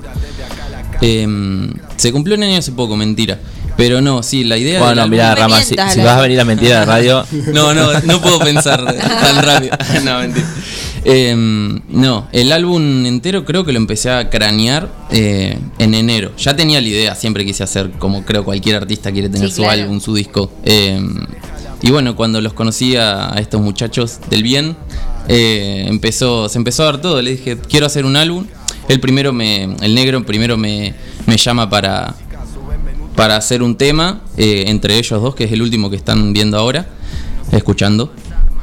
Eh, se cumplió un año hace poco, mentira. Pero no, sí, la idea Bueno, del mirá, álbum... Rama, si, si vas a venir a mentir a la radio. No, no, no puedo pensar tan rápido. No, mentira. Eh, no, el álbum entero creo que lo empecé a cranear eh, en enero. Ya tenía la idea, siempre quise hacer, como creo cualquier artista quiere tener Sí, su claro. álbum, su disco. Eh, y bueno, cuando los conocí a, a estos muchachos del bien, eh, empezó, se empezó a dar todo. Le dije, quiero hacer un álbum. El primero me, el negro primero me, me llama para, para hacer un tema, eh, entre ellos dos, que es el último que están viendo ahora, escuchando.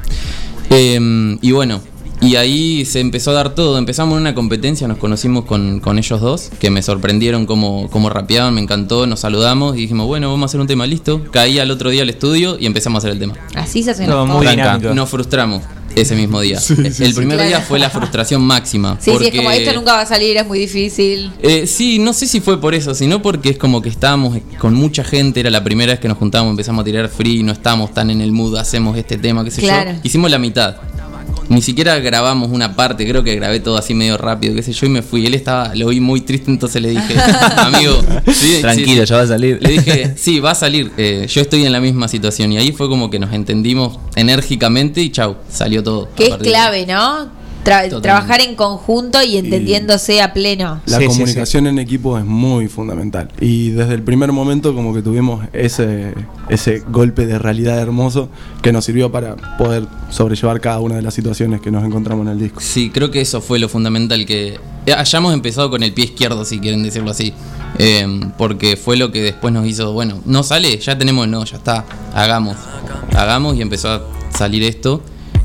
Eh, y bueno, y ahí se empezó a dar todo. Empezamos en una competencia, nos conocimos con, con ellos dos, que me sorprendieron cómo, cómo rapeaban, me encantó, nos saludamos y dijimos, bueno, vamos a hacer un tema, listo. Caí al otro día al estudio y empezamos a hacer el tema. Así se hacen No, las muy cosas. dinámico. Nos frustramos ese mismo día. Sí, sí, el sí. primer Claro. día fue la frustración máxima. Sí, porque... sí, es como esto nunca va a salir, es muy difícil. Eh, sí, no sé si fue por eso, sino porque es como que estábamos con mucha gente, era la primera vez que nos juntábamos, empezamos a tirar free, no estábamos tan en el mood, hacemos este tema, qué sé Claro. yo. Hicimos la mitad. Ni siquiera grabamos una parte, creo que grabé todo así medio rápido, qué sé yo, y me fui. Él estaba, lo vi muy triste, entonces le dije, amigo, sí, Tranquilo, sí. ya va a salir. Le dije, sí, va a salir, eh, yo estoy en la misma situación. Y ahí fue como que nos entendimos enérgicamente y chau, salió todo. Que a es partir de- clave, ¿no? Tra- Totalmente. trabajar en conjunto y entendiéndose a pleno. La Sí, sí, comunicación en equipo es muy fundamental. Y desde el primer momento como que tuvimos ese, ese golpe de realidad hermoso que nos sirvió para poder sobrellevar cada una de las situaciones que nos encontramos en el disco. Sí, creo que eso fue lo fundamental, que hayamos empezado con el pie izquierdo, si quieren decirlo así. Eh, porque fue lo que después nos hizo, bueno, no sale, ya tenemos, no, ya está, hagamos. Hagamos y empezó a salir esto.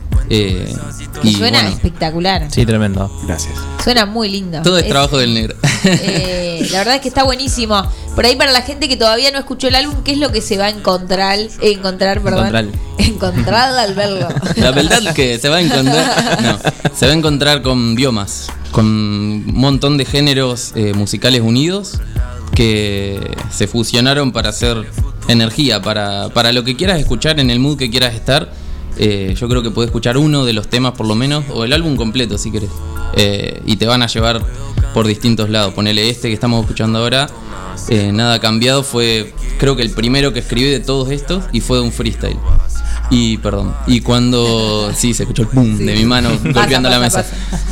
Eh, y Suena bueno, espectacular. Sí, tremendo. Gracias. Suena muy lindo. todo es Es- trabajo del negro. eh, la verdad es que está buenísimo. Por ahí para la gente que todavía no escuchó el álbum, ¿qué es lo que se va a encontrar? Encontrar, perdón. Encontrar. Encontrar al verlo. La verdad es que se va a encontrar, no, se va a encontrar con biomas, con un montón de géneros eh, musicales unidos que se fusionaron para hacer energía, para, para lo que quieras escuchar, en el mood que quieras estar. Eh, yo creo que puedes escuchar uno de los temas por lo menos, o el álbum completo si querés, eh, y te van a llevar por distintos lados. Ponele este que estamos escuchando ahora, eh, Nada Cambiado, fue creo que el primero que escribí de todos estos y fue de un freestyle. Y perdón, y cuando sí se escuchó el pum de mi mano golpeando Pasa, la pasa, mesa.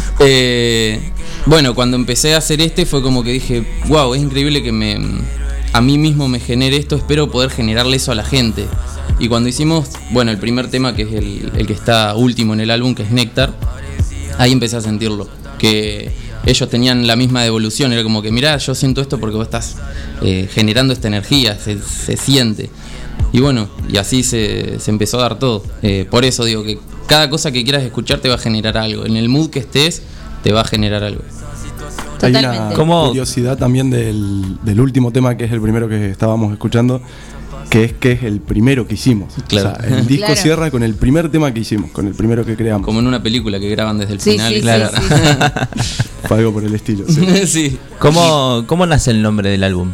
Eh, bueno, cuando empecé a hacer este fue como que dije, wow, es increíble que me a mí mismo me genere esto, espero poder generarle eso a la gente. Y cuando hicimos, bueno, el primer tema, que es el, el que está último en el álbum, que es Néctar, ahí empecé a sentirlo, que ellos tenían la misma devolución, era como que, mirá, yo siento esto porque vos estás eh, generando esta energía, se, se siente. Y bueno, y así se, se empezó a dar todo. Eh, por eso digo que cada cosa que quieras escuchar te va a generar algo, en el mood que estés te va a generar algo. Hay Totalmente. una ¿Cómo? curiosidad también del, del último tema, que es el primero que estábamos escuchando, que es que es el primero que hicimos. Claro. O sea, el disco Claro. cierra con el primer tema que hicimos, con el primero que creamos. Como en una película que graban desde el Sí, final. sí, claro. sí, sí, Fue algo por el estilo. Sí. Sí. ¿Cómo, ¿Cómo nace el nombre del álbum?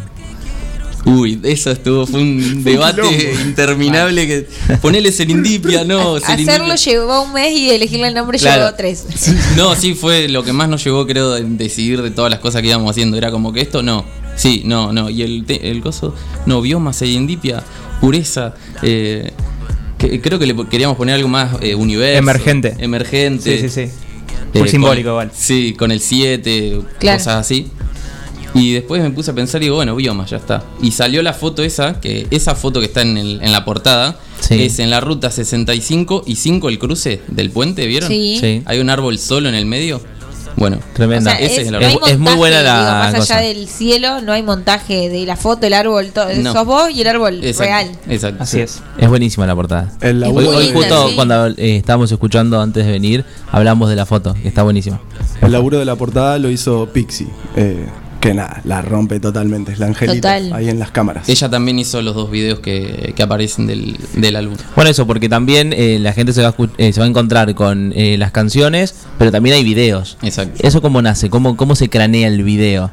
Uy, eso estuvo, fue un debate quilombo. interminable que ponele Serendipia, no, Hacerlo Serendipia. llevó un mes y elegirle el nombre Claro. llevó tres. No, sí, fue lo que más nos llevó, creo, a decidir de todas las cosas que íbamos haciendo. Era como que esto no, sí, no, no. Y el, te- el coso, no, bioma, serendipia, pureza. Eh, que, creo que le po- queríamos poner algo más eh, universo. Emergente. Emergente. Sí, sí, sí. Eh, Muy simbólico con- igual. Sí, con el siete, Claro. cosas así. Y después me puse a pensar y digo, bueno, bioma, ya está. Y salió la foto esa, que esa foto que está en, el, en la portada, Sí. es en la ruta sesenta y cinco y cinco, el cruce del puente, ¿vieron? Sí. Sí. Hay un árbol solo en el medio. Bueno, Tremenda. O sea, ese es, es el no árbol. hay Es- es muy montaje, buena la digo, más cosa. allá del cielo, no hay montaje de la foto, el árbol, todo. No. Sos vos y el árbol Exacto, real. Exacto. Así es. Es buenísima la portada. El Hoy, laburo, muy hoy linda, justo sí. cuando eh, estábamos escuchando antes de venir, hablamos de la foto, que está buenísima. el laburo de la portada lo hizo Pixie. eh, que nada, la rompe totalmente. Es la angelita Total. ahí en las cámaras. Ella también hizo los dos videos que, que aparecen del, del álbum. Bueno, eso, porque también eh, la gente se va, a, escu- eh, se va a encontrar con eh, las canciones, pero también hay videos. Exacto. ¿Eso cómo nace? ¿Cómo, cómo se cranea el video?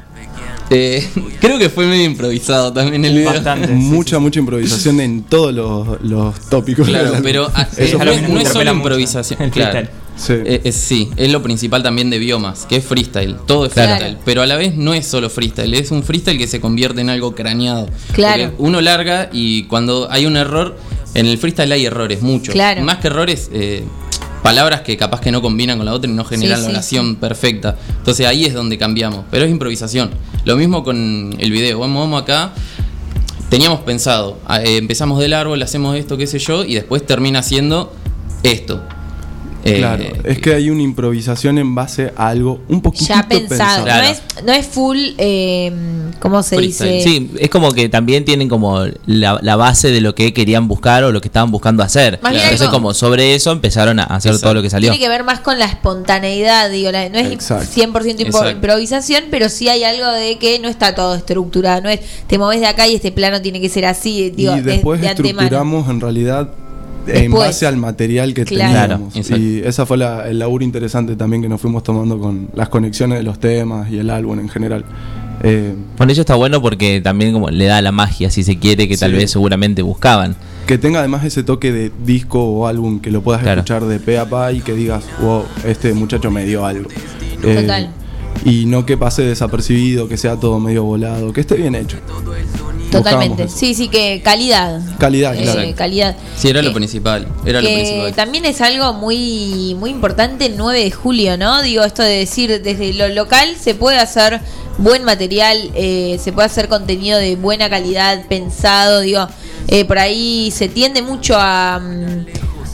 Eh, creo que fue medio improvisado también el video. mucha, mucha improvisación en todos los, los tópicos. Claro, del álbum. pero ah, Eso eh, fue no, muy- no es solo interpela mucho improvisación. el Claro. freestyle. Sí. Eh, eh, sí, es lo principal también de Biomas, que es freestyle, todo es Claro. freestyle, pero a la vez no es solo freestyle, es un freestyle que se convierte en algo craneado. Claro. Porque uno larga y cuando hay un error, en el freestyle hay errores, muchos. Claro. Más que errores, eh, palabras que capaz que no combinan con la otra y no generan Sí, la sí, oración perfecta. Entonces ahí es donde cambiamos, pero es improvisación. Lo mismo con el video, vamos, vamos acá. Teníamos pensado, eh, empezamos del árbol, hacemos esto, qué sé yo, y después termina siendo esto. Eh, Claro, es que hay una improvisación en base a algo un poquito Ya pensado. Claro. No, es, no es full, eh, ¿cómo se Freestyle. dice? Sí, es como que también tienen como la, la base de lo que querían buscar o lo que estaban buscando hacer. Más bien Entonces algo- como sobre eso empezaron a hacer Exacto. todo lo que salió. Tiene que ver más con la espontaneidad, digo, la- no es Exacto. cien por ciento impo- Exacto. improvisación, pero sí hay algo de que no está todo estructurado, no es te moves de acá y este plano tiene que ser así, digo, y de- después de, antemano. estructuramos en realidad en Después. base al material que Claro. teníamos. Claro, Y esa fue la- el laburo interesante también que nos fuimos tomando con las conexiones de los temas y el álbum en general. Eh, Con ello está bueno porque también como le da la magia, si se quiere, que tal Sí. vez seguramente buscaban. que tenga además ese toque de disco o álbum que lo puedas Claro. escuchar de pe a pa y que digas, wow, este muchacho me dio algo. Eh, Total. Y no que pase desapercibido, que sea todo medio volado, que esté bien hecho. Totalmente. Buscamos eso. Sí, sí, que calidad. Calidad, Eh, claro. calidad. Sí, era lo Que- principal. Era lo que principal. también es algo muy muy importante el nueve de julio, ¿no? Digo, esto de decir, desde lo local se puede hacer buen material, eh, se puede hacer contenido de buena calidad, pensado, digo, eh, por ahí se tiende mucho a, mm,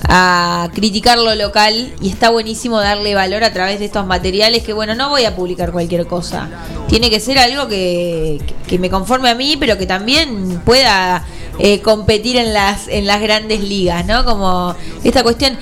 a criticar lo local y está buenísimo darle valor a través de estos materiales que, bueno, no voy a publicar cualquier cosa. Tiene que ser algo que, que me conforme a mí, pero que también pueda eh, competir en las, en las grandes ligas, ¿no? Como esta cuestión.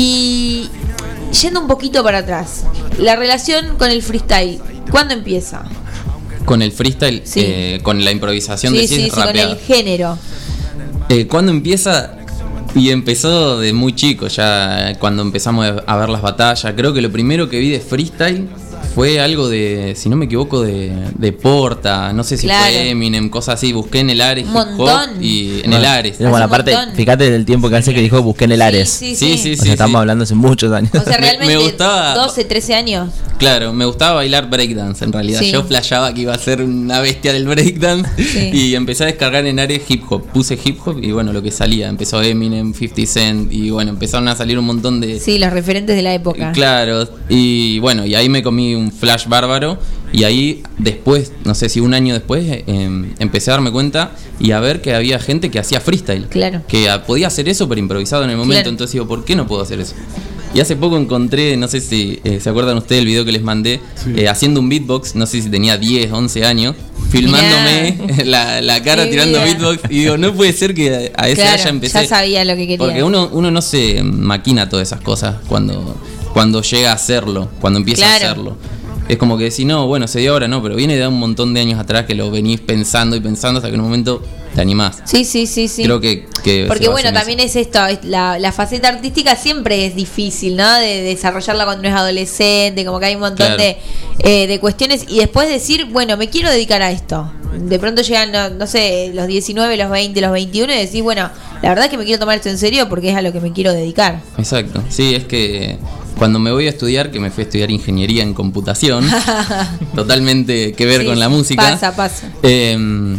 Y yendo un poquito para atrás, la relación con el freestyle, ¿cuándo empieza? Con el freestyle, Sí. eh, con la improvisación Sí, de sí, sí, con rapeada. el género. Eh, ¿Cuándo empieza? Y empezó de muy chico, ya eh, cuando empezamos a ver las batallas. Creo que lo primero que vi de freestyle fue algo de, si no me equivoco, de, de Porta, no sé si Claro. fue Eminem, cosas así. Busqué en el Ares Un hip hop montón. y en el Ares. Bueno, Hace un aparte, montón. fíjate del tiempo que hace que dijo busqué en el Ares. Sí, Sí, sí, sí, sí. O sea, sí, estamos sí. hablando hace muchos años. O sea, Me- realmente me gustaba- doce, trece años. Claro, me gustaba bailar breakdance en realidad. Sí. Yo flasheaba que iba a ser una bestia del breakdance Sí. y empecé a descargar en Ares hip hop. Puse hip hop y bueno, lo que salía. Empezó Eminem, cincuenta Cent y bueno, empezaron a salir un montón de... Sí, los referentes de la época. Claro, y bueno, y ahí me comí un flash bárbaro y ahí después, no sé si un año después, eh, empecé a darme cuenta y a ver que había gente que hacía freestyle. Claro. Que ah, podía hacer eso pero improvisado en el momento, Claro. entonces digo, ¿por qué no puedo hacer eso? Y hace poco encontré, no sé si eh, se acuerdan ustedes del video que les mandé, eh, haciendo un beatbox, no sé si tenía diez, once años, filmándome la, la cara Mi tirando vida. beatbox y digo, no puede ser que a esa Claro, edad ya empecé. ya sabía lo que quería. Porque uno, uno no se maquina todas esas cosas cuando, cuando llega a hacerlo, cuando empieza Claro. a hacerlo. es como que decís, no, bueno, se dio ahora, no, pero viene de un montón de años atrás que lo venís pensando y pensando hasta que en un momento te animás. Sí, sí, sí, sí. Creo que, que porque bueno, también es esto, es la, la faceta artística siempre es difícil, ¿no? De, de desarrollarla cuando uno es adolescente, como que hay un montón Claro. de, eh, de cuestiones y después decir, bueno, me quiero dedicar a esto. De pronto llegan, no, no sé, los diecinueve, los veinte, los veintiuno y decís, bueno, la verdad es que me quiero tomar esto en serio porque es a lo que me quiero dedicar. Exacto, sí, es que cuando me voy a estudiar, que me fui a estudiar ingeniería en computación, totalmente que ver Sí, con la sí, música. Pasa, pasa. Eh,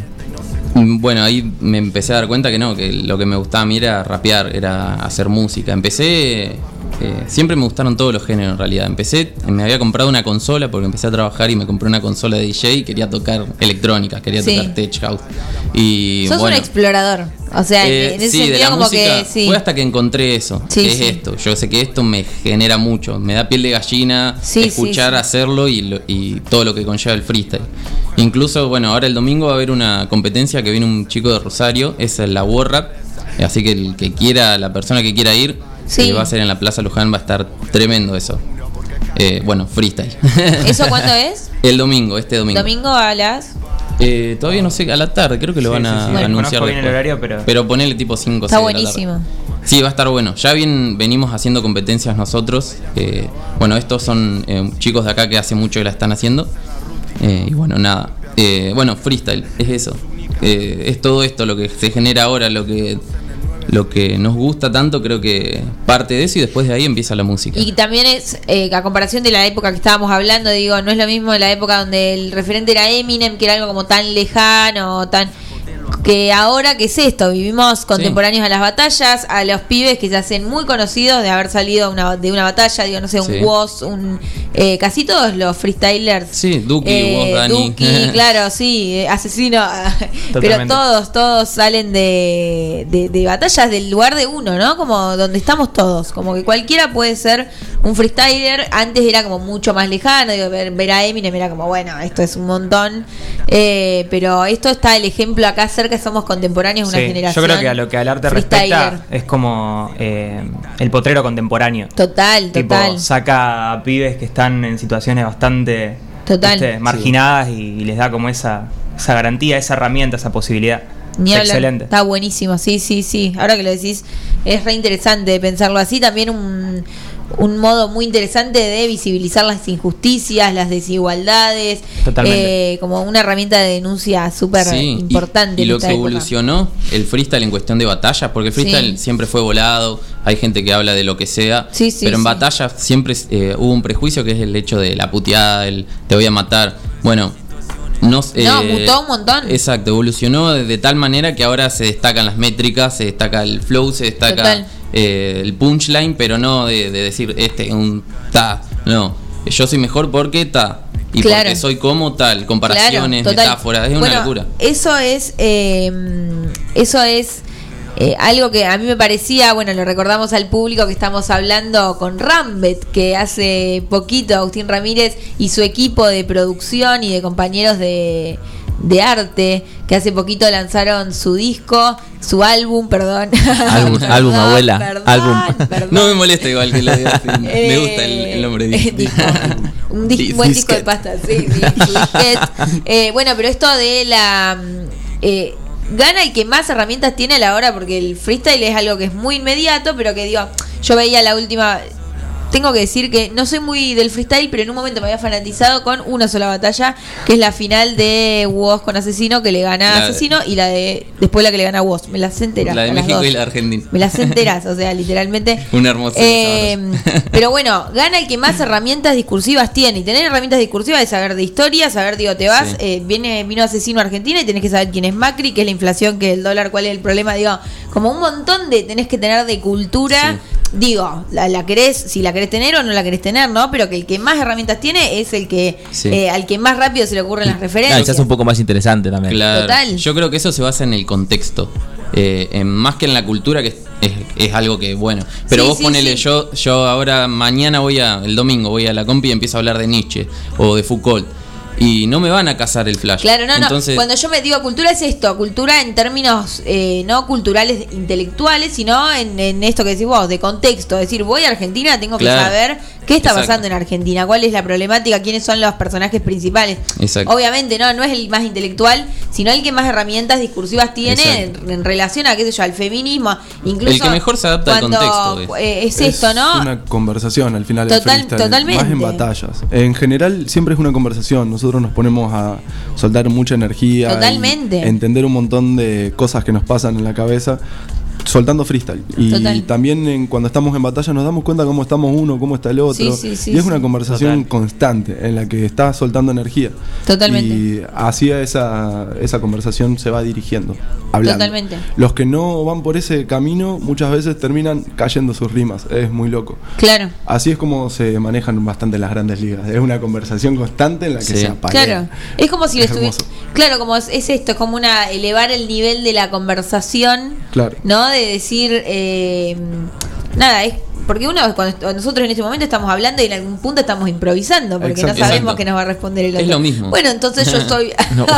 bueno, ahí me empecé a dar cuenta que no, que lo que me gustaba a mí era rapear, era hacer música. Empecé, eh, siempre me gustaron todos los géneros en realidad. Empecé, me había comprado una consola porque empecé a trabajar y me compré una consola de D J y quería tocar electrónica, quería Sí. tocar tech house. Y Sos bueno, un explorador. O sea, eh, en ese sí, de sentido la como música que sí. fue hasta que encontré eso, Sí, que sí. es esto. Yo sé que esto me genera mucho, me da piel de gallina Sí, escuchar, sí, sí. hacerlo y, lo- y todo lo que conlleva el freestyle. Incluso, bueno, ahora el domingo va a haber una competencia que viene un chico de Rosario, es la War Rap, así que el que quiera, la persona que quiera ir, Sí. eh, va a ser en la Plaza Luján, va a estar tremendo eso. Eh, bueno, freestyle. ¿Eso cuándo es? El domingo, este domingo. Domingo a las... Eh, todavía no sé, a la tarde, creo que lo Sí, van a sí, sí. Bueno, anunciar conozco bien el después. horario, pero- pero ponele tipo cinco o Está seis de la tarde. buenísimo. Sí, va a estar bueno. Ya bien venimos haciendo competencias nosotros. eh, bueno, estos son eh, chicos de acá que hace mucho que la están haciendo. Eh, y bueno, nada. Eh, bueno, freestyle, es eso. Eh, es todo esto lo que se genera ahora, lo que lo que nos gusta tanto, creo que parte de eso y después de ahí empieza la música. Y también es, eh, a comparación de la época que estábamos hablando, digo, no es lo mismo de la época donde el referente era Eminem, que era algo como tan lejano, tan... que ahora, ¿qué es esto? Vivimos contemporáneos a las batallas, a los pibes que se hacen muy conocidos de haber salido una, de una batalla, digo, no sé, un Sí. Woz, un... Eh, casi todos los freestylers. Sí, Duki, Eh, Woz, Dani. Duki, claro, sí, eh, asesino. Pero Totalmente. todos, todos salen de, de, de batallas del lugar de uno, ¿no? Como donde estamos todos. Como que cualquiera puede ser un freestyler. Antes era como mucho más lejano. Digo, ver, ver a Eminem era como, bueno, esto es un montón. Eh, pero esto está el ejemplo acá cerca, somos contemporáneos, una Sí, generación. yo creo que a lo que al arte freestyler. respecta es como eh, el potrero contemporáneo. Total, Tipo, total. saca a pibes que están en situaciones bastante Total. ¿viste? marginadas y, y les da como esa, esa garantía, esa herramienta, esa posibilidad. Ni Es hablar. excelente. Está buenísimo, sí, sí, sí. Ahora que lo decís, es re interesante pensarlo así. También un, un modo muy interesante de visibilizar las injusticias, las desigualdades. Totalmente. Eh, como una herramienta de denuncia súper Sí, y- importante. Y, en lo esta que época. evolucionó el freestyle en cuestión de batallas, porque el freestyle Sí. siempre fue volado, hay gente que habla de lo que sea, Sí, sí, pero en sí. batallas siempre eh, hubo un prejuicio que es el hecho de la puteada, el te voy a matar. Bueno, no, No, mutó un montón. Exacto, evolucionó de, de tal manera que ahora se destacan las métricas, se destaca el flow, se destaca Total. eh, el punchline, pero no de, de decir este es un ta, no. Yo soy mejor porque ta. Y Claro. porque soy como tal, comparaciones, Claro, total. metáforas, es Bueno, una locura. Eso es, eh, eso es eh, algo que a mí me parecía, bueno, lo recordamos al público que estamos hablando con Rambet, que hace poquito Agustín Ramírez y su equipo de producción y de compañeros de, de arte, que hace poquito lanzaron su disco, su álbum, perdón. Álbum, Perdón, álbum, abuela. perdón, Álbum. perdón. No me molesta igual que lo diga así. Me Eh, gusta el, el nombre de disco. Un dis- Dis- buen disco de disquete. pasta, sí, sí, disquete. Eh, bueno, pero esto de la... mm, eh, gana el que más herramientas tiene a la hora, porque el freestyle es algo que es muy inmediato, pero que digo, yo veía la última... Tengo que decir que no soy muy del freestyle, pero en un momento me había fanatizado con una sola batalla, que es la final de Woz con Asesino, que le gana a La de- Asesino, y la de después la que le gana a Woz. Me las enteras. La de a las México dos. y la de Argentina. Me las enteras, o sea, literalmente. Una hermosura. Eh, pero bueno, gana el que más herramientas discursivas tiene. Y tener herramientas discursivas es saber de historia, saber, digo, te vas, Sí. eh, viene, vino Asesino a Argentina y tenés que saber quién es Macri, qué es la inflación, qué es el dólar, cuál es el problema. Digo, como un montón de tenés que tener de cultura. Digo, la, la querés, si la querés tener o no la querés tener, ¿no? Pero que el que más herramientas tiene es el que Sí. eh, al que más rápido se le ocurren las Claro, referencias. ya es un poco más interesante también. Claro. Total. Yo creo que eso se basa en el contexto. Eh, en más que en la cultura, que es, es, es algo que, bueno. Pero Sí, vos sí, ponele, sí. yo yo ahora, mañana voy a, el domingo voy a la compi y empiezo a hablar de Nietzsche o de Foucault. y no me van a cazar el flash. Claro, no, Entonces, no. Cuando yo me digo cultura es esto, cultura en términos eh, no culturales intelectuales, sino en, en esto que decís vos, de contexto. Es decir, voy a Argentina, tengo Claro. que saber qué está Exacto. pasando en Argentina, cuál es la problemática, quiénes son los personajes principales. Exacto. Obviamente, no, no es el más intelectual, sino el que más herramientas discursivas tiene en, en relación a, qué sé yo, al feminismo. Incluso El que mejor se adapta al cuando, contexto, eh, es esto, ¿no? Una conversación al final Total- del freestyle, totalmente. más en batallas. En general siempre es una conversación. Nosotros nos ponemos a soltar mucha energía, Totalmente. y entender un montón de cosas que nos pasan en la cabeza, soltando freestyle. Y Total. también en- cuando estamos en batalla nos damos cuenta cómo estamos uno, cómo está el otro. Sí, sí, sí, y es sí. una conversación constante en la que estás soltando energía. Totalmente. Y hacia esa, esa conversación se va dirigiendo, hablando. Totalmente. Los que no van por ese camino muchas veces terminan cayendo sus rimas. Es muy loco. Claro. Así es como se manejan bastante las grandes ligas. Es una conversación constante en la que Sí. se apalea. Claro, es como si Es le estuviese. Claro, como es, es esto, es como una elevar el nivel de la conversación, Claro. ¿no? De decir, eh, nada, es porque uno, cuando nosotros en este momento estamos hablando y en algún punto estamos improvisando, porque Exacto. no sabemos Exacto. qué nos va a responder el Es otro. lo mismo. Bueno, entonces yo soy. No.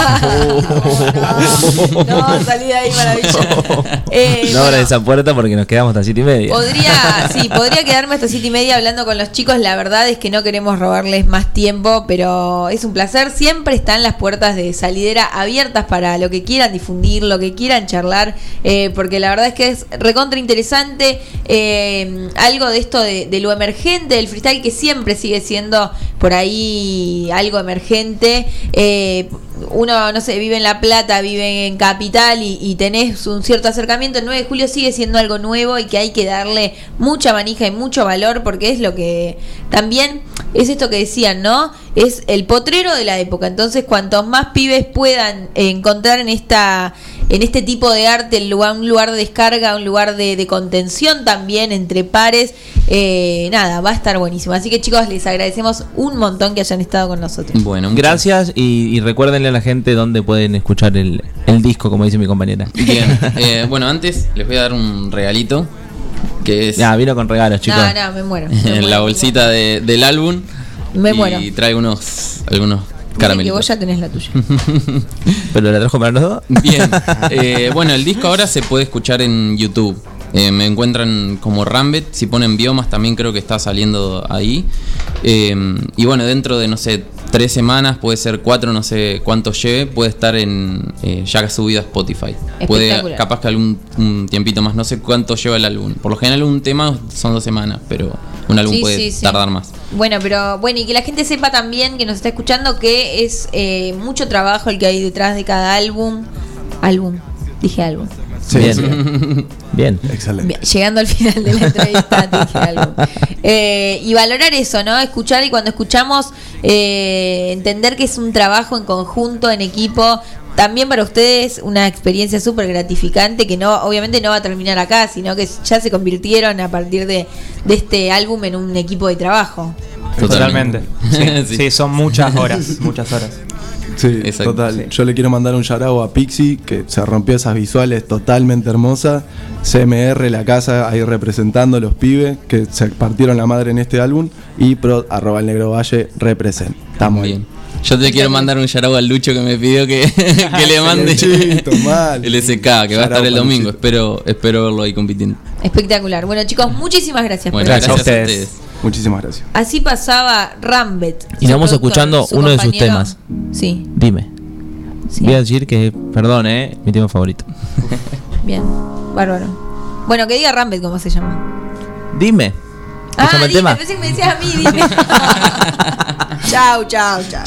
no, no, salí de ahí, maravilla. Eh, No abra esa puerta porque nos quedamos hasta siete y media. Podría, sí, podría quedarme hasta siete y media hablando con los chicos. La verdad es que no queremos robarles más tiempo, pero es un placer. Siempre están las puertas de Salidera abiertas para lo que quieran difundir, lo que quieran charlar, eh, porque la verdad es que es recontra interesante. Eh, algo de esto de, de lo emergente del freestyle, que siempre sigue siendo por ahí algo emergente. Eh, uno, no sé, vive en La Plata, vive en Capital y, y tenés un cierto acercamiento. El nueve de julio sigue siendo algo nuevo y que hay que darle mucha manija y mucho valor, porque es lo que también es esto que decían, ¿no? Es el potrero de la época. Entonces, cuantos más pibes puedan encontrar en esta en este tipo de arte el lugar, un lugar de descarga, un lugar de, de contención también entre pares, eh, nada, va a estar buenísimo. Así que, chicos, les agradecemos un montón que hayan estado con nosotros. Bueno, Gracias y, y recuérdenle a la gente dónde pueden escuchar el, el disco, como dice mi compañera. Bien, eh, bueno, antes les voy a dar un regalito, que es Ya, vino con regalos, chicos. No, no, me muero. Me en muero, la bolsita de, del álbum. Me y muero. trae unos, algunos Dicen que caramelitos. vos ya tenés la tuya. ¿Pero la trajo para los dos? Bien, eh, bueno, el disco ahora se puede escuchar en YouTube. Eh, me encuentran como Rambet. Si ponen Biomas también creo que está saliendo ahí. Eh, y bueno, dentro de, no sé, tres semanas, puede ser cuatro, no sé cuánto lleve, puede estar en eh, ya subido a Spotify. Puede, Espectacular. capaz que algún un tiempito más, no sé cuánto lleva el álbum. Por lo general un tema son dos semanas, pero un álbum Sí, puede sí, sí. tardar más. Bueno, pero bueno, y que la gente sepa también, que nos está escuchando, que es eh, mucho trabajo el que hay detrás de cada álbum. Álbum, dije álbum. Sí, Bien. sí. Bien. Excelente. Bien, llegando al final de la entrevista, dije álbum. Eh, y valorar eso, ¿no? Escuchar, y cuando escuchamos, eh, entender que es un trabajo en conjunto, en equipo. También para ustedes una experiencia súper gratificante, que no, obviamente no va a terminar acá, sino que ya se convirtieron a partir de, de este álbum en un equipo de trabajo. Totalmente. Sí, Sí. sí, son muchas horas, muchas horas. Sí, Exacto. total. Yo le quiero mandar un shout a Pixie, que se rompió esas visuales totalmente hermosas. C M R, la casa, ahí representando a los pibes que se partieron la madre en este álbum. Y pro, arroba el negro valle, represent. Estamos Bien. Yo te quiero mandar un shout al Lucho que me pidió que, que le mande Luchito, mal. el S K, que va a Shout estar out el para domingo. Luchito. Espero, espero verlo ahí compitiendo. Espectacular. Bueno, chicos, muchísimas gracias Bueno, por gracias, venir. a ustedes. Muchísimas gracias. Así pasaba Rambet. Y su vamos productor, escuchando su uno de sus compañero. temas. Sí, Dime. sí. Voy a decir que, perdón, eh, mi tema favorito. Bien, bárbaro. Bueno, que diga Rambet cómo se llama. Dime. ¿Cómo se llama el dime, tema? pensé que me decías a mí, dime. Chau, chau, chau.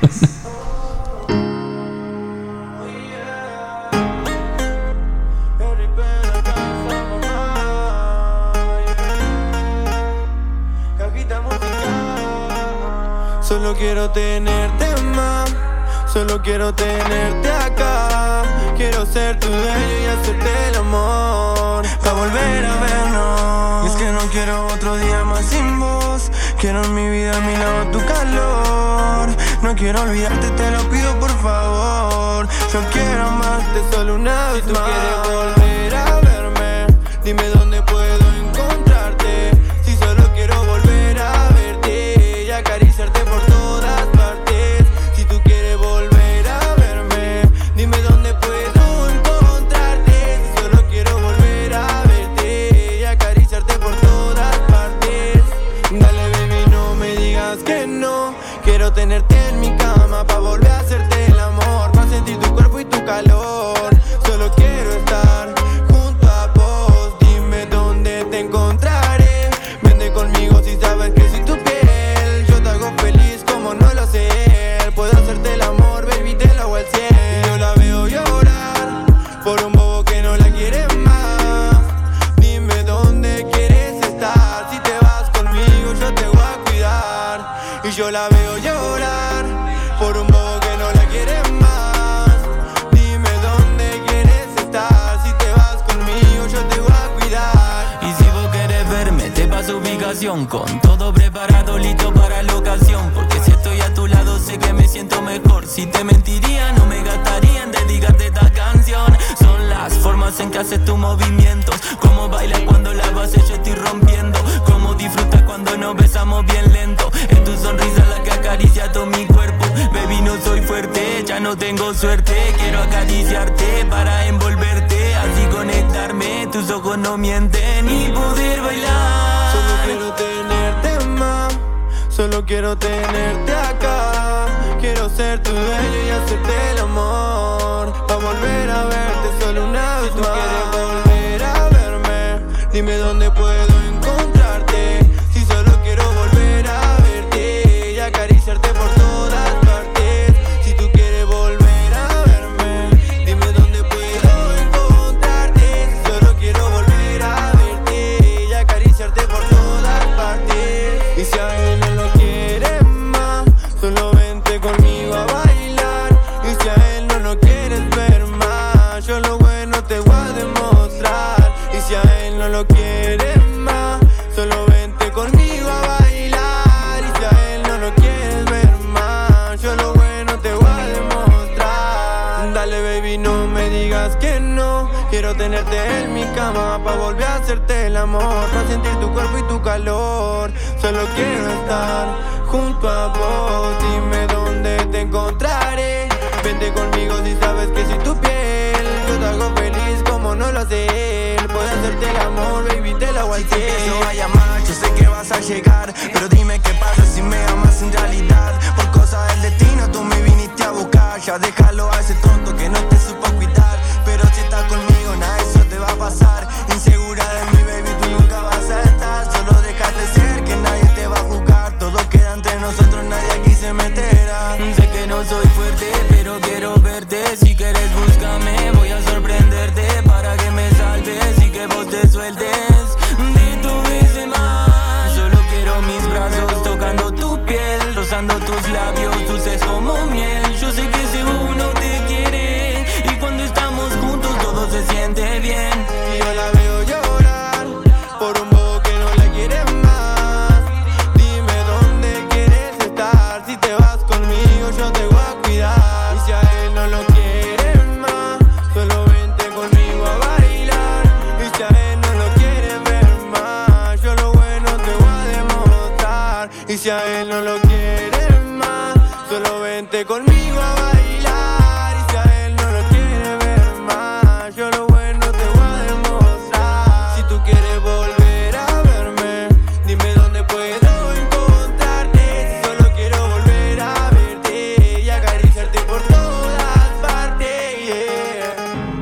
Solo quiero tenerte más, solo quiero tenerte acá. Quiero ser tu dueño y hacerte el amor, pa' volver a vernos. Y es que no quiero otro día más sin vos. Quiero en mi vida a mi lado tu calor. No quiero olvidarte, te lo pido por favor. Yo quiero amarte solo una vez más. Si tú quieres volver a verme, dime dónde puedo encontrarte. Si solo quiero volver a verte y acariciarte por todas partes. Si tú quieres ocasión, con todo preparado, listo para la ocasión. Porque si estoy a tu lado sé que me siento mejor. Si te mentiría no me gastaría en dedicarte esta canción. Son las formas en que haces tus movimientos, cómo bailas cuando la base yo estoy rompiendo, cómo disfrutas cuando nos besamos bien lento. Es tu sonrisa la que acaricia todo mi cuerpo. Baby, no soy fuerte, ya no tengo suerte. Quiero acariciarte para envolverte, así conectarme, tus ojos no mienten y poder bailar. Solo quiero tenerte más, solo quiero tenerte acá. Quiero ser tu dueño y hacerte el amor, pa' volver a verte solo una vez más. Si tú quieres volver a verme, dime dónde puedo encontrarte. Si solo quiero volver a verte y acariciarte por todas partes. Si tú quieres volver a verme, dime dónde puedo encontrarte. Si solo quiero volver a verte y acariciarte por todas partes. Y si a él no lo quieres más, solo vente conmigo a bailar. Y si a él no lo quieres ver más, yo lo bueno te voy a demostrar. Y si a él no lo quieres más, solo vente conmigo a bailar. Y si a él no lo quieres ver más, yo lo bueno te voy a demostrar. Dale baby, no me digas que no. Quiero tenerte en mi cama pa' volver a hacerte el amor, pa' sentir tu cuerpo y tu calor. Solo quiero estar junto a vos. Dime dónde te encontraré. Vente conmigo si sabes que soy tu piel. Yo te hago feliz como no lo hace él. Puedo hacerte el amor, baby, te lo voy a hacer. Si no vaya mal, yo sé que vas a llegar, pero dime qué pasa si me amas en realidad. Por cosa del destino tú me viniste a buscar. Ya déjalo a ese tonto que no te supo cuidar. Pero si estás conmigo nada eso te va a pasar. Insegura de mi baby tú nunca vas a estar. Solo déjate ser que nadie te va a juzgar. Todo queda entre nosotros, nadie aquí se meterá. Sé que no soy fuerte pero quiero verte. Si quieres búscame, voy a sorprenderte para que me salves y que vos te sueltes de tu vez más. Solo quiero mis brazos tocando tu piel, rozando tus labios, dulces como miel. Yo sé que si uno te quiere y cuando estamos juntos todo se siente bien. Y yo la veo llorar por un bobo que no la quiere más. Dime dónde quieres estar. Si te vas conmigo yo te voy a cuidar. Y si a él no lo quiere más, solo vente conmigo a bailar. Y si a él no lo quiere ver más, yo lo bueno te voy a demostrar. Y si a él no lo quiere más, solo vente conmigo a bailar. Y si a él no lo quiere ver más, yo lo bueno te voy a demostrar. Si tú quieres volver a verme, dime dónde puedo encontrarte. Si solo quiero volver a verte y acariciarte por todas partes, yeah.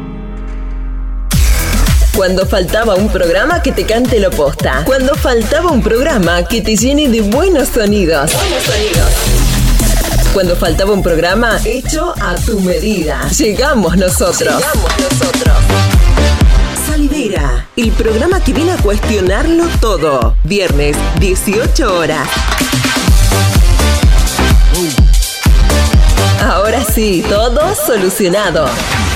Cuando faltaba un programa que te cante lo posta. Cuando faltaba un programa que te llene de buenos sonidos. Buenos sonidos. Cuando faltaba un programa hecho a tu medida. Llegamos nosotros. Llegamos nosotros. Salidera, el programa que viene a cuestionarlo todo. Viernes, dieciocho horas. Ahora sí, todo solucionado.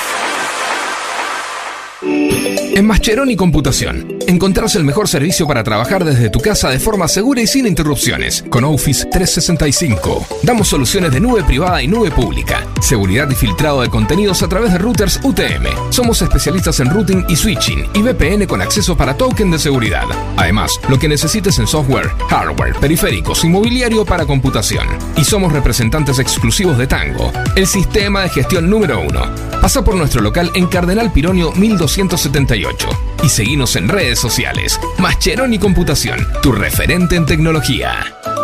En Mascheroni Computación encontrás el mejor servicio para trabajar desde tu casa de forma segura y sin interrupciones. Con Office trescientos sesenta y cinco damos soluciones de nube privada y nube pública, seguridad y filtrado de contenidos a través de routers U T M. Somos especialistas en routing y switching y V P N con acceso para token de seguridad. Además, lo que necesites en software, hardware, periféricos y mobiliario para computación. Y somos representantes exclusivos de Tango, el sistema de gestión número uno. Pasa por nuestro local en Cardenal Pironio mil doscientos setenta y ocho y seguinos en redes sociales. Mascheroni Computación, tu referente en tecnología.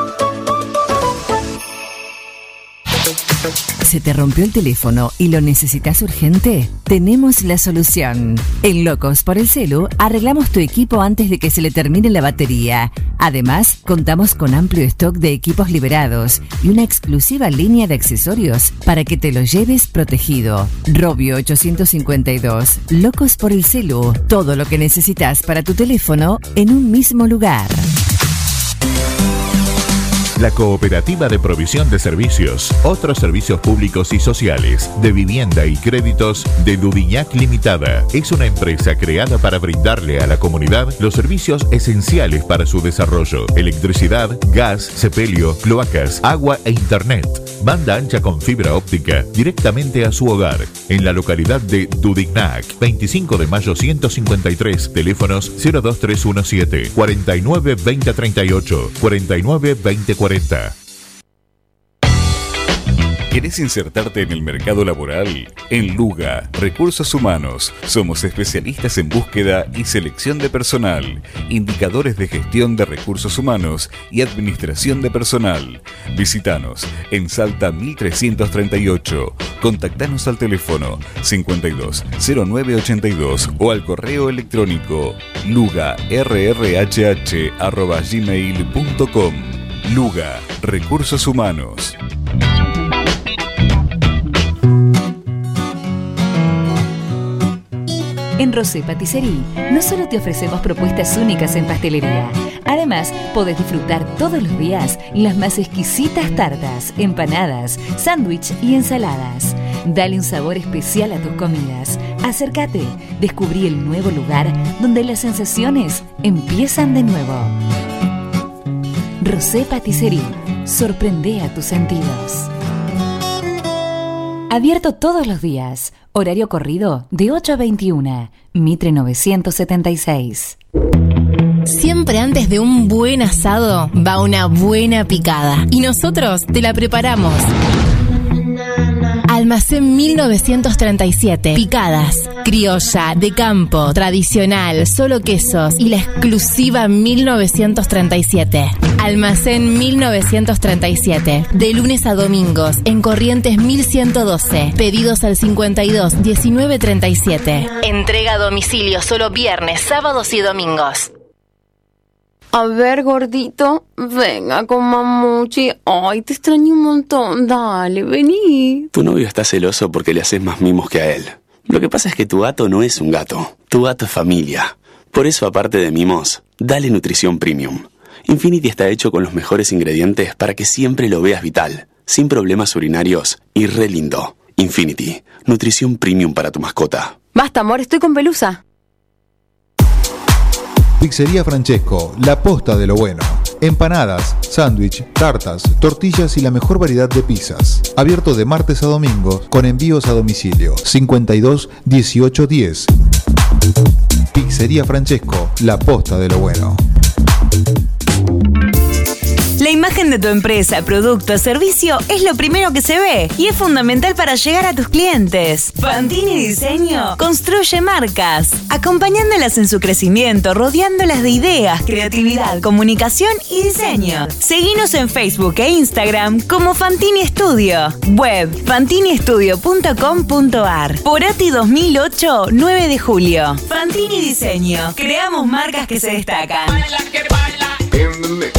¿Se te rompió el teléfono y lo necesitas urgente? Tenemos la solución. En Locos por el Celu arreglamos tu equipo antes de que se le termine la batería. Además, contamos con amplio stock de equipos liberados y una exclusiva línea de accesorios para que te lo lleves protegido. Robio ochocientos cincuenta y dos. Locos por el Celu. Todo lo que necesitas para tu teléfono en un mismo lugar. la cooperativa de provisión de servicios, otros servicios públicos y sociales, de vivienda y créditos de Dudignac Limitada. Es una empresa creada para brindarle a la comunidad los servicios esenciales para su desarrollo: electricidad, gas, sepelio, cloacas, agua e internet. Banda ancha con fibra óptica directamente a su hogar. En la localidad de Dudignac, veinticinco de mayo ciento cincuenta y tres, teléfonos cero dos tres uno siete, cuarenta y nueve veinte treinta y ocho, cuarenta y nueve veinte cuarenta. ¿Querés insertarte en el mercado laboral? En Luga, Recursos Humanos, somos especialistas en búsqueda y selección de personal, indicadores de gestión de recursos humanos y administración de personal. Visítanos en Salta mil trescientos treinta y ocho. Contactanos al teléfono cincuenta y dos cero nueve ochenta y dos o al correo electrónico luga r r h h arroba gmail punto com. Luga, Recursos Humanos. En Rosé Patisserie no solo te ofrecemos propuestas únicas en pastelería, además podés disfrutar todos los días las más exquisitas tartas, empanadas, sándwich y ensaladas. Dale un sabor especial a tus comidas. Acércate, descubrí el nuevo lugar donde las sensaciones empiezan de nuevo. Rosé Patisserie, sorprende a tus sentidos. Abierto todos los días. Horario corrido de ocho a veintiuna. Mitre novecientos setenta y seis. Siempre antes de un buen asado va una buena picada. Y nosotros te la preparamos. Almacén mil novecientos treinta y siete. Picadas, criolla, de campo, tradicional, solo quesos y la exclusiva mil novecientos treinta y siete. Almacén mil novecientos treinta y siete. De lunes a domingos en Corrientes mil ciento doce. Pedidos al cincuenta y dos diecinueve treinta y siete. Entrega a domicilio solo viernes, sábados y domingos. A ver, gordito, venga con mamuchi. Ay, te extraño un montón. Dale, vení. Tu novio está celoso porque le haces más mimos que a él. Lo que pasa es que tu gato no es un gato. Tu gato es familia. Por eso, aparte de mimos, dale nutrición premium. Infinity está hecho con los mejores ingredientes para que siempre lo veas vital, sin problemas urinarios y re lindo. Infinity, nutrición premium para tu mascota. Basta, amor, estoy con Pelusa. Pizzería Francesco, la posta de lo bueno. Empanadas, sándwich, tartas, tortillas y la mejor variedad de pizzas. Abierto de martes a domingo con envíos a domicilio. cincuenta y dos dieciocho diez. Pizzería Francesco, la posta de lo bueno. La imagen de tu empresa, producto, servicio es lo primero que se ve y es fundamental para llegar a tus clientes. Fantini Diseño construye marcas, acompañándolas en su crecimiento, rodeándolas de ideas, creatividad, comunicación y diseño. Seguinos en Facebook e Instagram como Fantini Studio. Web fantini studio punto com punto ar. Porati dos mil ocho, nueve de julio. Fantini Diseño. Creamos marcas que se destacan. Baila, que baila. In the mix.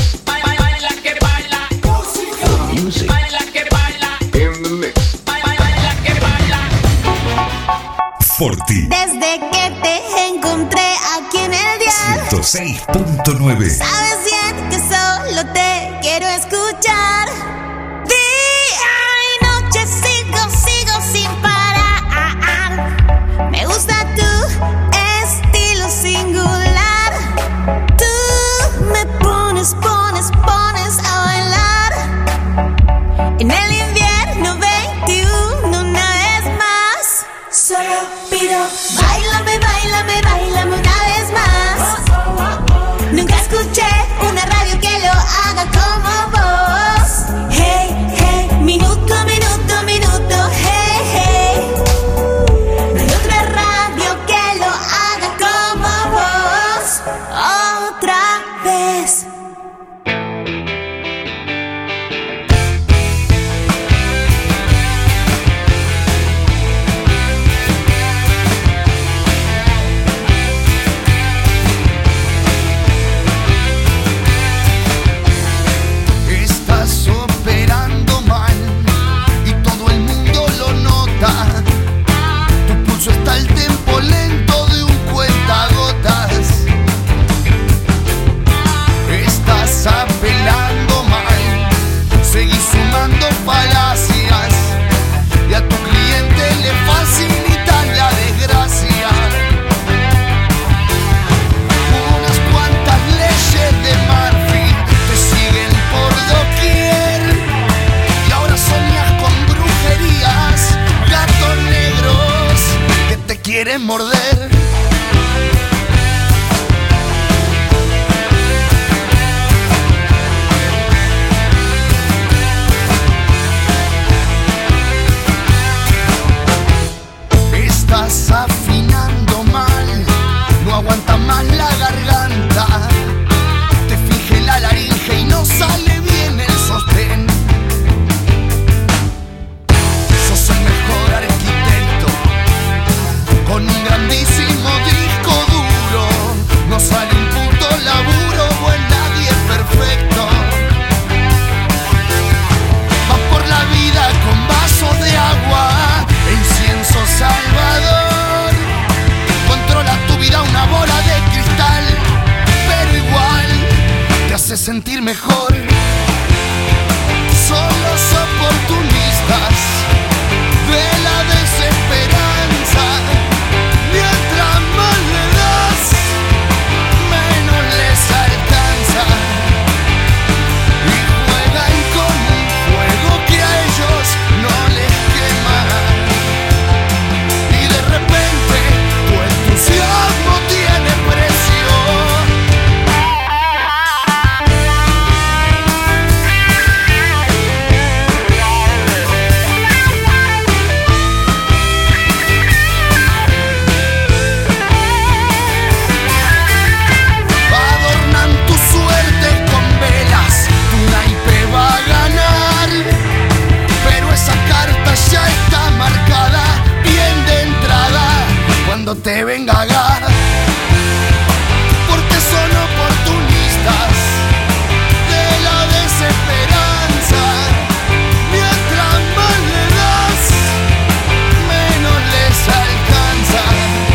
Music. Baila que baila. In the mix. Baila que baila. Forti. Desde que te encontré aquí en el dial ciento seis punto nueve. Sabes bien que solo te quiero escuchar. Día y noche sigo, sigo sin parar. Me gusta tu estilo singular. Tú me pones, pones, pones a bailar. En el invierno veintiuno una vez más. Solo pido, báilame, báilame, báilame una vez más. Nunca escuché morder. Estás afinando mal, no aguanta más la garganta. Te finge la laringe y no sale bien el sostén. Sos el mejor arquitecto, con un grandísimo disco duro. No sale un puto laburo, buen nadie es perfecto. Vas por la vida con vasos de agua, incienso salvador. Controla tu vida una bola de cristal, pero igual te hace sentir mejor. Son los oportunistas de la desesperanza. Mientras más le das, menos les alcanza. Y juegan con un fuego que a ellos no les quema. Y de repente tu entusiasmo tiene precio. Adornan tu suerte con velas, tu naipe va a ganar. Pero esa carta ya está marcada bien de entrada cuando te venga a gar. Porque son oportunistas de la desesperanza. Mientras más le das, menos les alcanza.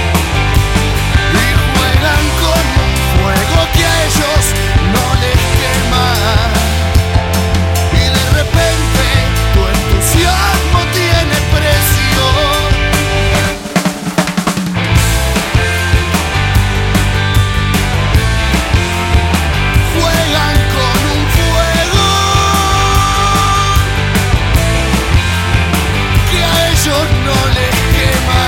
Y juegan con un fuego que a ellos no les quema. Y de repente tu entusiasmo tiene precio. Juegan con un fuego que a ellos no les quema.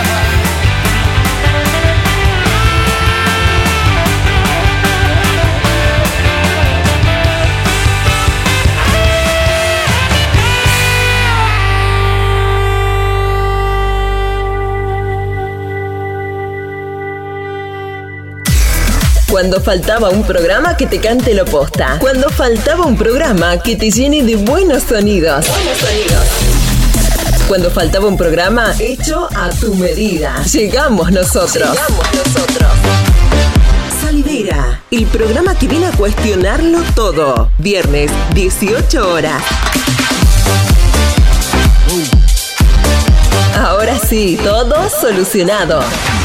Cuando faltaba un programa que te cante lo posta. Cuando faltaba un programa que te llene de buenos sonidos. Buenos sonidos. Cuando faltaba un programa hecho a tu medida. Llegamos nosotros. Llegamos nosotros. Salidera, el programa que viene a cuestionarlo todo. Viernes, dieciocho horas. Ahora sí, todo solucionado.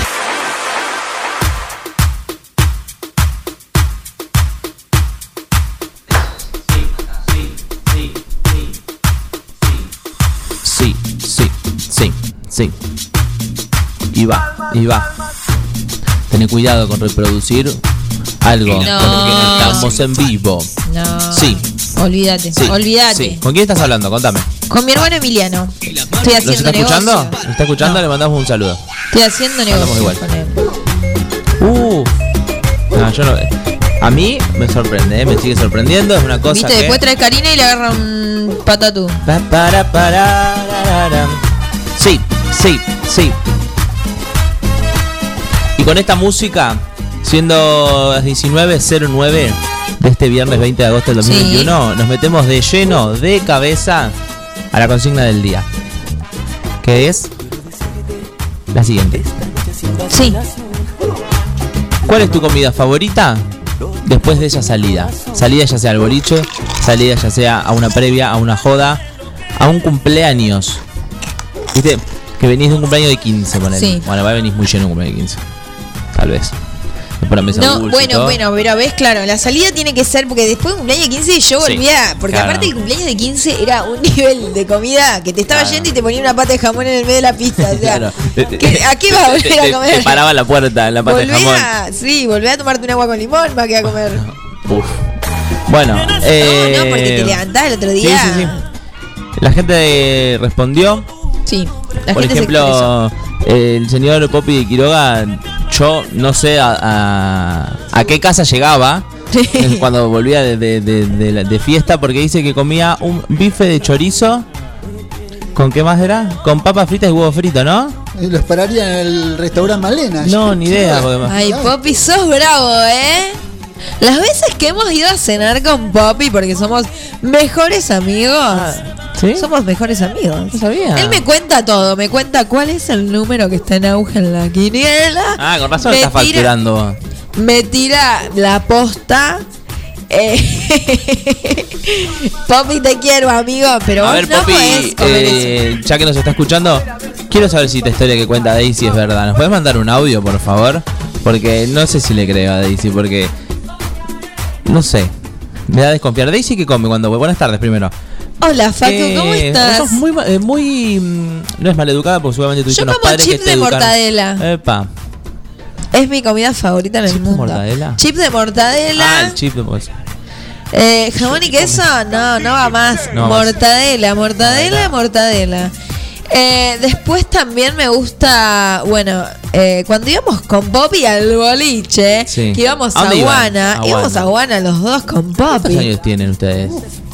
Sí, sí, sí, sí. Y va, y va. Tené cuidado con reproducir algo, No. porque estamos en vivo. No. Sí. Olvídate, Sí, olvídate. sí. ¿Con quién estás hablando? Contame. Con mi hermano Emiliano. Estoy ¿Los haciendo está negocio. escuchando? ¿Lo está escuchando? Le mandamos un saludo. Estoy haciendo Mandamos negocio igual. con él. Uh. No, yo no. A mí me sorprende, ¿eh? Me sigue sorprendiendo. Es una cosa Viste, que... después trae Karina y le agarra un patatú. Pa, para, para, ra, ra. Sí, sí, sí. Y con esta música, siendo las diecinueve cero nueve de este viernes veinte de agosto del dos mil veintiuno, nos metemos de lleno, de cabeza, a la consigna del día, que es la siguiente. Sí. ¿Cuál es tu comida favorita después de esa salida? Salida ya sea al boliche, salida ya sea a una previa, a una joda, a un cumpleaños. ¿Viste? Que venís de un cumpleaños de quince, ponele. Sí. Bueno, va a venir muy lleno un cumpleaños de quince. Tal vez. Después la mesa No, dulce y bueno, todo. bueno, pero ves, claro, la salida tiene que ser, porque después del cumpleaños de quince yo Sí, volvía, porque claro. aparte el cumpleaños de quince era un nivel de comida que te estaba Claro. yendo y te ponía una pata de jamón en el medio de la pista, o sea, Claro. ¿qué- ¿a qué vas a volver Te- a te- comer? Te paraba en la puerta, en la pata de Volvé jamón. a, sí, volvé a tomarte un agua con limón más que a comer. Uf. Bueno, eh, No, no, porque te levantás el otro sí, día. sí, sí. La gente respondió. Sí, la Por gente se ejemplo, El señor Popi de Quiroga, yo no sé a, a, a qué casa llegaba cuando volvía de, de, de, de, de fiesta, porque dice que comía un bife de chorizo. ¿Con qué más era? Con papas fritas y huevo frito, ¿no? Y lo esperaría en el restaurante Malena. No, ni idea. Ay, Popi, sos bravo, ¿eh? Las veces que hemos ido a cenar con Popi, porque somos mejores amigos. ¿Sí? Somos mejores amigos. No sabía. Él me cuenta todo, me cuenta cuál es el número que está en auge en la quiniela. Ah, con razón me estás tira, facturando. Me tira la posta. Eh, Popi, te quiero, amigo, pero a vos ver, no Popi, podés comer eh, eso. ya que nos está escuchando, quiero saber si esta historia que cuenta Daisy es verdad. ¿Nos puedes mandar un audio, por favor? Porque no sé si le creo a Daisy, porque no sé, me da a desconfiar. Daisy, ¿qué come cuando? Buenas tardes primero. Hola, Facu, Eh, ¿cómo estás? Sos muy, eh, muy mm, no es maleducada, porque seguramente tuviste Yo unos como padres que chip te de educaron. mortadela. Epa. Es mi comida favorita en el ¿Chip de mundo. mortadela? Chip de mortadela. Ah, el chip de pues. Eh, jamón y queso, no, no va más. No va más. mortadela, mortadela, mortadela. Eh, después también me gusta, bueno, eh, cuando íbamos con Popi al boliche, Sí. que íbamos ¿A a dónde iban? Guana, A íbamos Guana. a Guana los dos con ¿Cuántos Popi. años tienen ustedes?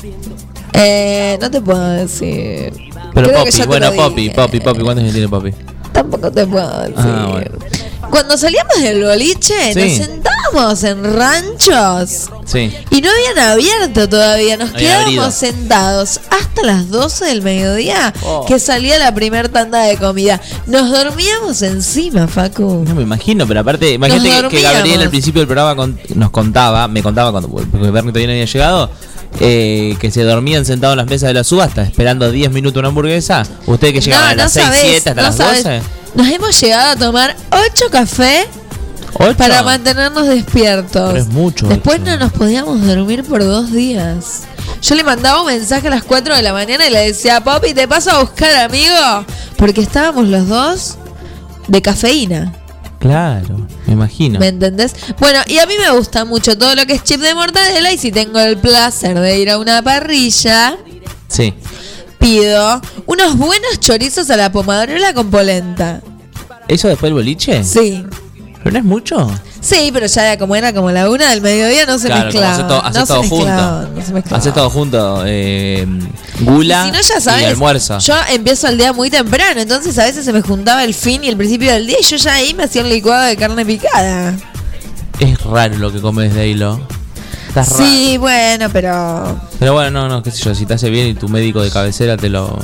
Eh, no te puedo decir. Pero Creo que Popi, ya te bueno, lo Popi, dije. Popi, Popi, ¿cuántos años tiene Popi? Tampoco te puedo decir. Ah, bueno. Cuando salíamos del boliche, Sí. nos sentábamos en ranchos. Sí. Y no habían abierto todavía, nos No habían quedábamos abrido. sentados hasta las doce del mediodía Oh. que salía la primer tanda de comida. Nos dormíamos encima, Facu. No me imagino, pero aparte, imagínate que, que dormíamos. Gabriel al principio del programa con- nos contaba, me contaba cuando porque Bernie todavía no había llegado, eh, que se dormían sentados en las mesas de la subasta esperando diez minutos una hamburguesa. Ustedes que llegaban a las seis, sabés, siete hasta no las sabés. doce. Nos hemos llegado a tomar ocho cafés ¿Ocho? para mantenernos despiertos. Pero es mucho, Después ocho. no nos podíamos dormir por dos días. Yo le mandaba un mensaje a las cuatro de la mañana y le decía, Popi, te paso a buscar, amigo. Porque estábamos los dos de cafeína. Claro, me imagino. ¿Me entendés? Bueno, y a mí me gusta mucho todo lo que es chip de mortadela. Y si tengo el placer de ir a una parrilla, Sí. pido unos buenos chorizos a la pomarola con polenta. ¿Eso después del boliche? Sí. ¿Pero no es mucho? Sí, pero ya como era como la una del mediodía no se Claro, como mezclaba. hace todo, hace no todo se junto. mezclaba, no se mezclaba. Hace todo junto. Eh, gula Y si no, ya y sabes, almuerzo. yo empiezo el día muy temprano, entonces a veces se me juntaba el fin y el principio del día y yo ya ahí me hacía un licuado de carne picada. Es raro lo que comes de hilo. Estás raro. Sí, bueno, pero Pero bueno, no, no, qué sé yo, si te hace bien y tu médico de cabecera te lo...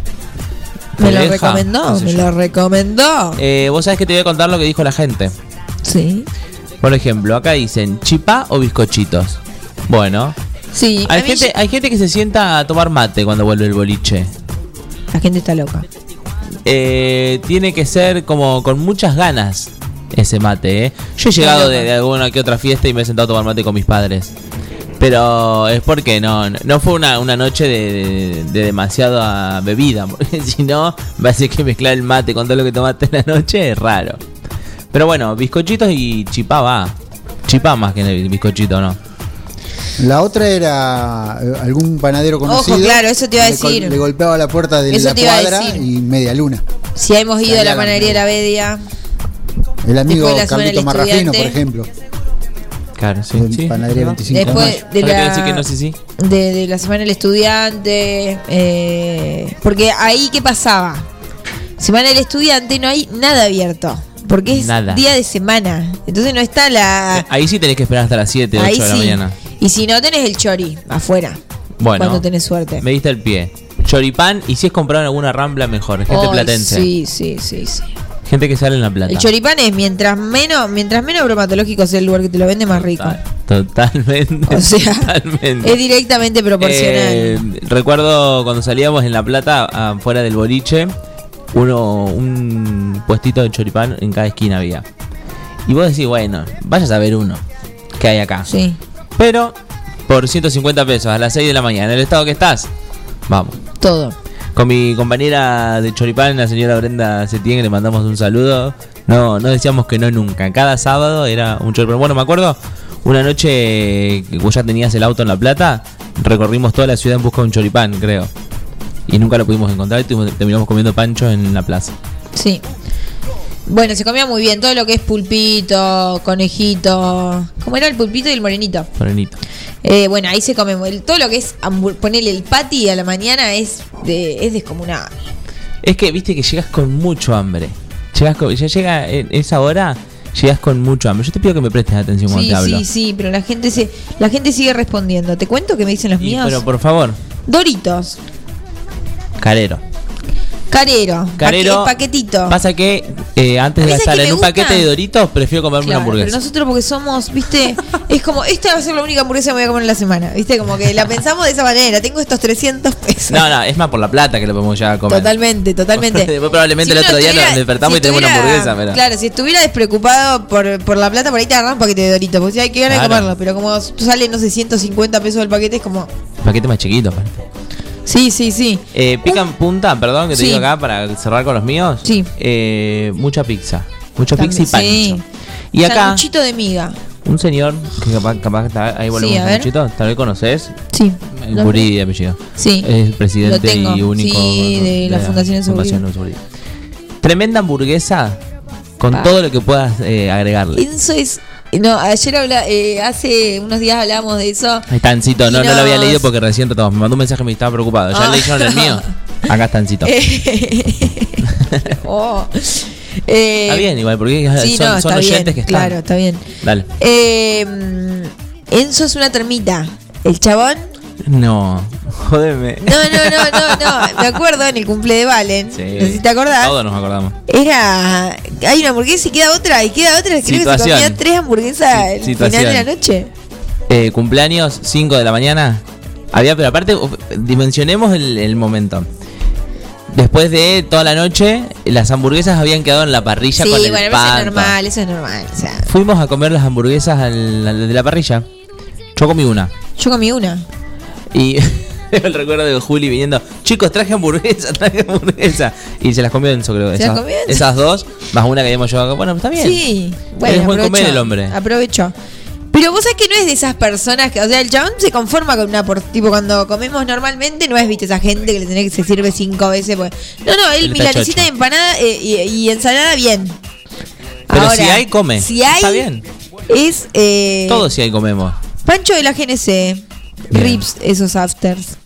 me te lo deja, recomendó, qué sé me yo. lo recomendó. Eh, Vos sabés que te voy a contar lo que dijo la gente. Sí. Por ejemplo, acá dicen chipá o bizcochitos. Bueno, Sí, hay a mí gente, hay gente que se sienta a tomar mate cuando vuelve el boliche. la gente está loca. Eh, tiene que ser como con muchas ganas ese mate, ¿eh? Yo he llegado de, de alguna que otra fiesta y me he sentado a tomar mate con mis padres. Pero es porque no, no fue una, una noche de, de, de demasiada bebida. Porque si no, va a ser que mezclar el mate con todo lo que tomaste en la noche es raro. Pero bueno, bizcochitos y chipá va. Chipá más que el bizcochito, ¿no? La otra era eh, algún panadero conocido. Ojo, claro, eso te iba a le gol- decir. Le golpeaba la puerta de Eso la te iba a cuadra decir. y media luna. Si hemos ido a la Salía la panadería de la Bedia, El amigo Después de la semana Carlito del Marrafino, estudiante. por ejemplo. Claro, sí. En sí. Panadería veinticinco de después mayo. de Ahora quiero la, decir que no sé si. de, de la semana del estudiante, eh, porque ahí qué pasaba, semana del estudiante no hay nada abierto, porque es Nada. día de semana, entonces no está la, Ahí sí tenés que esperar hasta las siete, ahí ocho de la sí, mañana. y si no tenés el chori afuera, Bueno, cuando tenés suerte. me diste el pie. Choripán, y si es comprar en alguna rambla mejor. Gente Ay, platense. sí, sí, sí, sí. Gente que sale en la plata. El choripán es mientras menos, mientras menos bromatológico sea el lugar que te lo vende, más rico. Totalmente. O sea, totalmente. es directamente proporcional. Eh, recuerdo cuando salíamos en La Plata, afuera del boliche, uno un puestito de choripán en cada esquina había. Y vos decís, bueno, vayas a ver uno que hay acá. Sí. Pero por ciento cincuenta pesos a las seis de la mañana, en el estado que estás, vamos. Todo. Con mi compañera de choripán, la señora Brenda Setién, que le mandamos un saludo. No, no decíamos que no nunca. Cada sábado era un choripán. Bueno, me acuerdo, una noche que vos ya tenías el auto en La Plata, recorrimos toda la ciudad en busca de un choripán, creo. Y nunca lo pudimos encontrar y tuvimos- terminamos comiendo pancho en la plaza. Sí. Bueno, se comía muy bien. Todo lo que es pulpito, conejito. ¿Cómo era el pulpito y el morenito? Morenito. Eh, bueno, ahí se come muy- todo lo que es hambur- ponerle el patty a la mañana es de, es descomunal. Es que viste que llegas con mucho hambre. Llegas con, ya llega en esa hora, llegas con mucho hambre. Yo te pido que me prestes atención cuando Sí, te hablo. sí, sí, pero la gente se la gente sigue respondiendo. ¿Te cuento qué me dicen los Y, míos? pero por favor, Doritos, carero. Carero, Carero. paque- paquetito. Pasa que eh, antes de ¿Sabes gastar qué en me un gusta? paquete de Doritos, prefiero comerme Claro, una pero hamburguesa. nosotros porque somos, viste, es como, esta va a ser la única hamburguesa que me voy a comer en la semana, viste, como que la pensamos de esa manera, tengo estos trescientos pesos. No, no, es más por la plata que lo podemos ya comer. Totalmente, totalmente. Después probablemente Si el otro uno día estuviera- nos despertamos si y tenemos una estuviera- hamburguesa. Pero... Claro, si estuviera despreocupado por, por la plata, por ahí te agarran un paquete de Doritos, porque si hay que ganar de Claro. comerlo, pero como sale, no sé, ciento cincuenta pesos el paquete, es como, Paquete más chiquito. aparte. sí, sí, sí. Eh, pican punta, perdón que te Sí. digo acá para cerrar con los míos. Sí. Eh, mucha pizza. Mucha También, pizza y pancho. sí. Y acá, Sanguchito de miga. un señor que capaz, capaz está- ahí volvemos Sí, a un ver. muchito, tal vez conoces. Sí. El Burí de apellido. Sí. Es el presidente Lo tengo. y único Sí, de la Fundación Enzo Fundación Enzo Burí. Tremenda hamburguesa con Ah. todo lo que puedas eh, agregarle. Eso es. No, ayer habla, eh, hace unos días hablábamos de eso. Ahí está Ancito, no, Y no lo había nos- leído porque recién tratamos. Me mandó un mensaje y me estaba preocupado. ¿Ya Ah. leyeron el mío? Acá está Ancito. Oh. Eh, Está bien, igual, porque sí, son, no, son está oyentes bien, que están. Claro, está bien. Dale. Eh, Enzo es una termita. El chabón. No, jódeme. No, no, no, no, no. Me acuerdo en el cumple de Valen. Sí. No sé si te acordás. Todos nos acordamos. Era. Hay una hamburguesa y queda otra, y queda otra. Creo que se Situación. comía tres hamburguesas al situación. final de la noche. Eh, cumpleaños, cinco de la mañana. Había, pero aparte, uf, dimensionemos el, el momento. Después de toda la noche, las hamburguesas habían quedado en la parrilla Sí, con el bueno, pero pan. eso es normal, eso es normal. O sea, Fuimos a comer las hamburguesas al, al de la parrilla. Yo comí una. yo comí una. Y el recuerdo de Juli viniendo, chicos, traje hamburguesa, traje hamburguesa. Y se las comió Enzo, creo. ¿Se las Esas, comió Enzo? esas dos, más una que habíamos llevado acá. Bueno, está bien. Sí, bueno, es buen aprovechó, comer el hombre. Aprovechó. Pero vos sabés que no es de esas personas que, o sea, el chabón se conforma con una por tipo cuando comemos normalmente, no es, viste, esa gente que le tenés que se sirve cinco veces. Pues. No, no, él Él está milanesita de chocho. empanada eh, y, y ensalada bien. Pero Ahora, si hay, come. Si hay, Está bien. es eh, Todos si hay comemos. pancho de la G N C, Bien. rips, esos afters.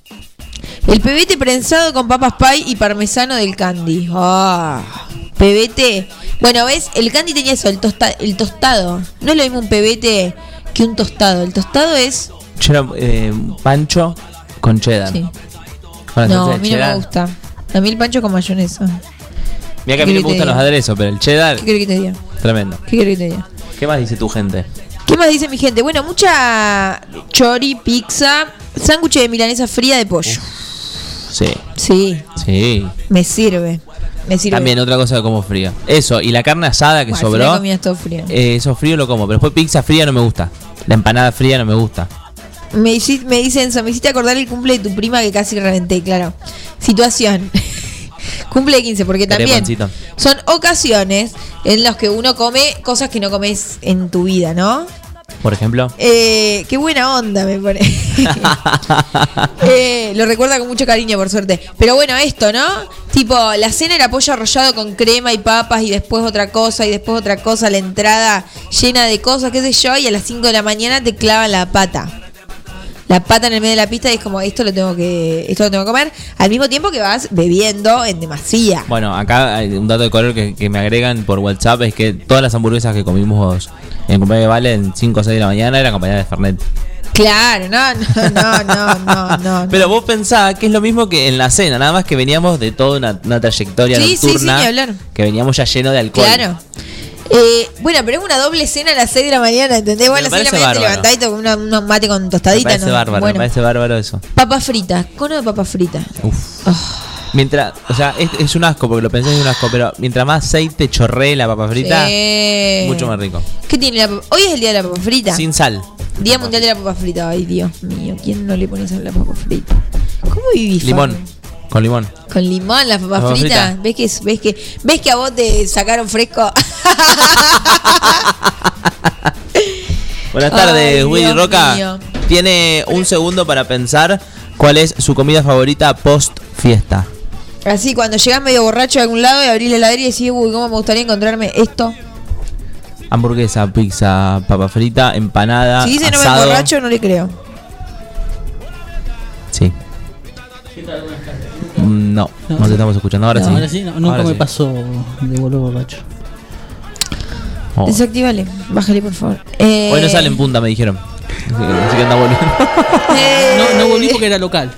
El pebete prensado con papas pie y parmesano del candy. Ah, pebete. Bueno, ¿ves? El candy tenía eso, el, tosta el tostado. No es lo mismo un pebete que un tostado. El tostado es... Yo era eh, pancho con cheddar. Sí. Con la No, salsa a de mí no me cheddar. gusta. A mí el pancho con mayonesa. Mira que a mí ¿Qué no me querés que te gustan los diga? aderezos, pero el cheddar, ¿Qué querés que te diga? tremendo. ¿Qué querés que te diga? ¿Qué más dice tu gente? ¿Qué más dice mi gente? Bueno, mucha chori, pizza, sándwich de milanesa fría de pollo. Sí. Sí, Sí. me sirve. Me sirve. También otra cosa que como fría. Eso, y la carne asada que Bueno, al final sobró. comías todo frío. eh, eso frío lo como, pero después pizza fría no me gusta. La empanada fría no me gusta. Me, hici- me dice Enzo, me hiciste acordar el cumple de tu prima que casi reventé, claro. Situación. Cumple de quince, porque Queré también pancito. son ocasiones en las que uno come cosas que no comes en tu vida, ¿no? Por ejemplo. Eh, qué buena onda me pone. Eh, lo recuerda con mucho cariño, por suerte. Pero bueno, esto, ¿no? Tipo, la cena era pollo arrollado con crema y papas y después otra cosa y después otra cosa, la entrada llena de cosas, qué sé yo, y a las cinco de la mañana te clavan la pata. La pata en el medio de la pista y es como, esto lo tengo que esto lo tengo que comer, al mismo tiempo que vas bebiendo en demasía. Bueno, acá hay un dato de color que, que me agregan por WhatsApp es que todas las hamburguesas que comimos en el cumpleaños de Vale en cinco o seis de la mañana eran acompañadas de Fernet. Claro, no, no, no, no, no, no. Pero vos pensás que es lo mismo que en la cena, nada más que veníamos de toda una, una trayectoria Sí, sí, sí, nocturna ni hablar. que veníamos ya lleno de alcohol. Claro. Eh, bueno, pero es una doble cena a las seis de la mañana, ¿entendés? Bueno, a las seis de la parece mañana te bárbaro. levantás y te comes una- unos mate con Me tostadita. parece ¿no? bárbaro, Bueno, me parece bárbaro eso. papas fritas, cono de papas fritas. Mientras, o sea, es, es un asco porque lo pensás es un asco, pero mientras más aceite chorree la papa frita, Sí. mucho más rico. ¿Qué tiene la papa? Hoy es el día de la papa frita. Sin sal. Día mundial de la papa frita. Ay, Dios mío, ¿quién no le pone sal a la papa frita? ¿Cómo vivís, Limón, Facu? con limón. Con limón las papas Papa fritas. frita. ¿Ves que, ves que ves que a vos te sacaron fresco? Buenas tardes, Ay, Willy Dios Roca. mío. Tiene un segundo para pensar cuál es su comida favorita post fiesta. Así, cuando llegás medio borracho a algún lado y abrís la heladera y decís, uy, ¿cómo me gustaría encontrarme esto? Hamburguesa, pizza, papa frita, empanada, Si dice no me asado. borracho, no le creo. Sí. Mm, No, no, te estamos escuchando. Ahora No, sí. ahora sí, no, nunca Ahora me sí. pasó de volver borracho. Oh. Desactivale, bájale por favor. Eh, Hoy no sale en punta, me dijeron. Así que anda volviendo. No, no volví porque era local.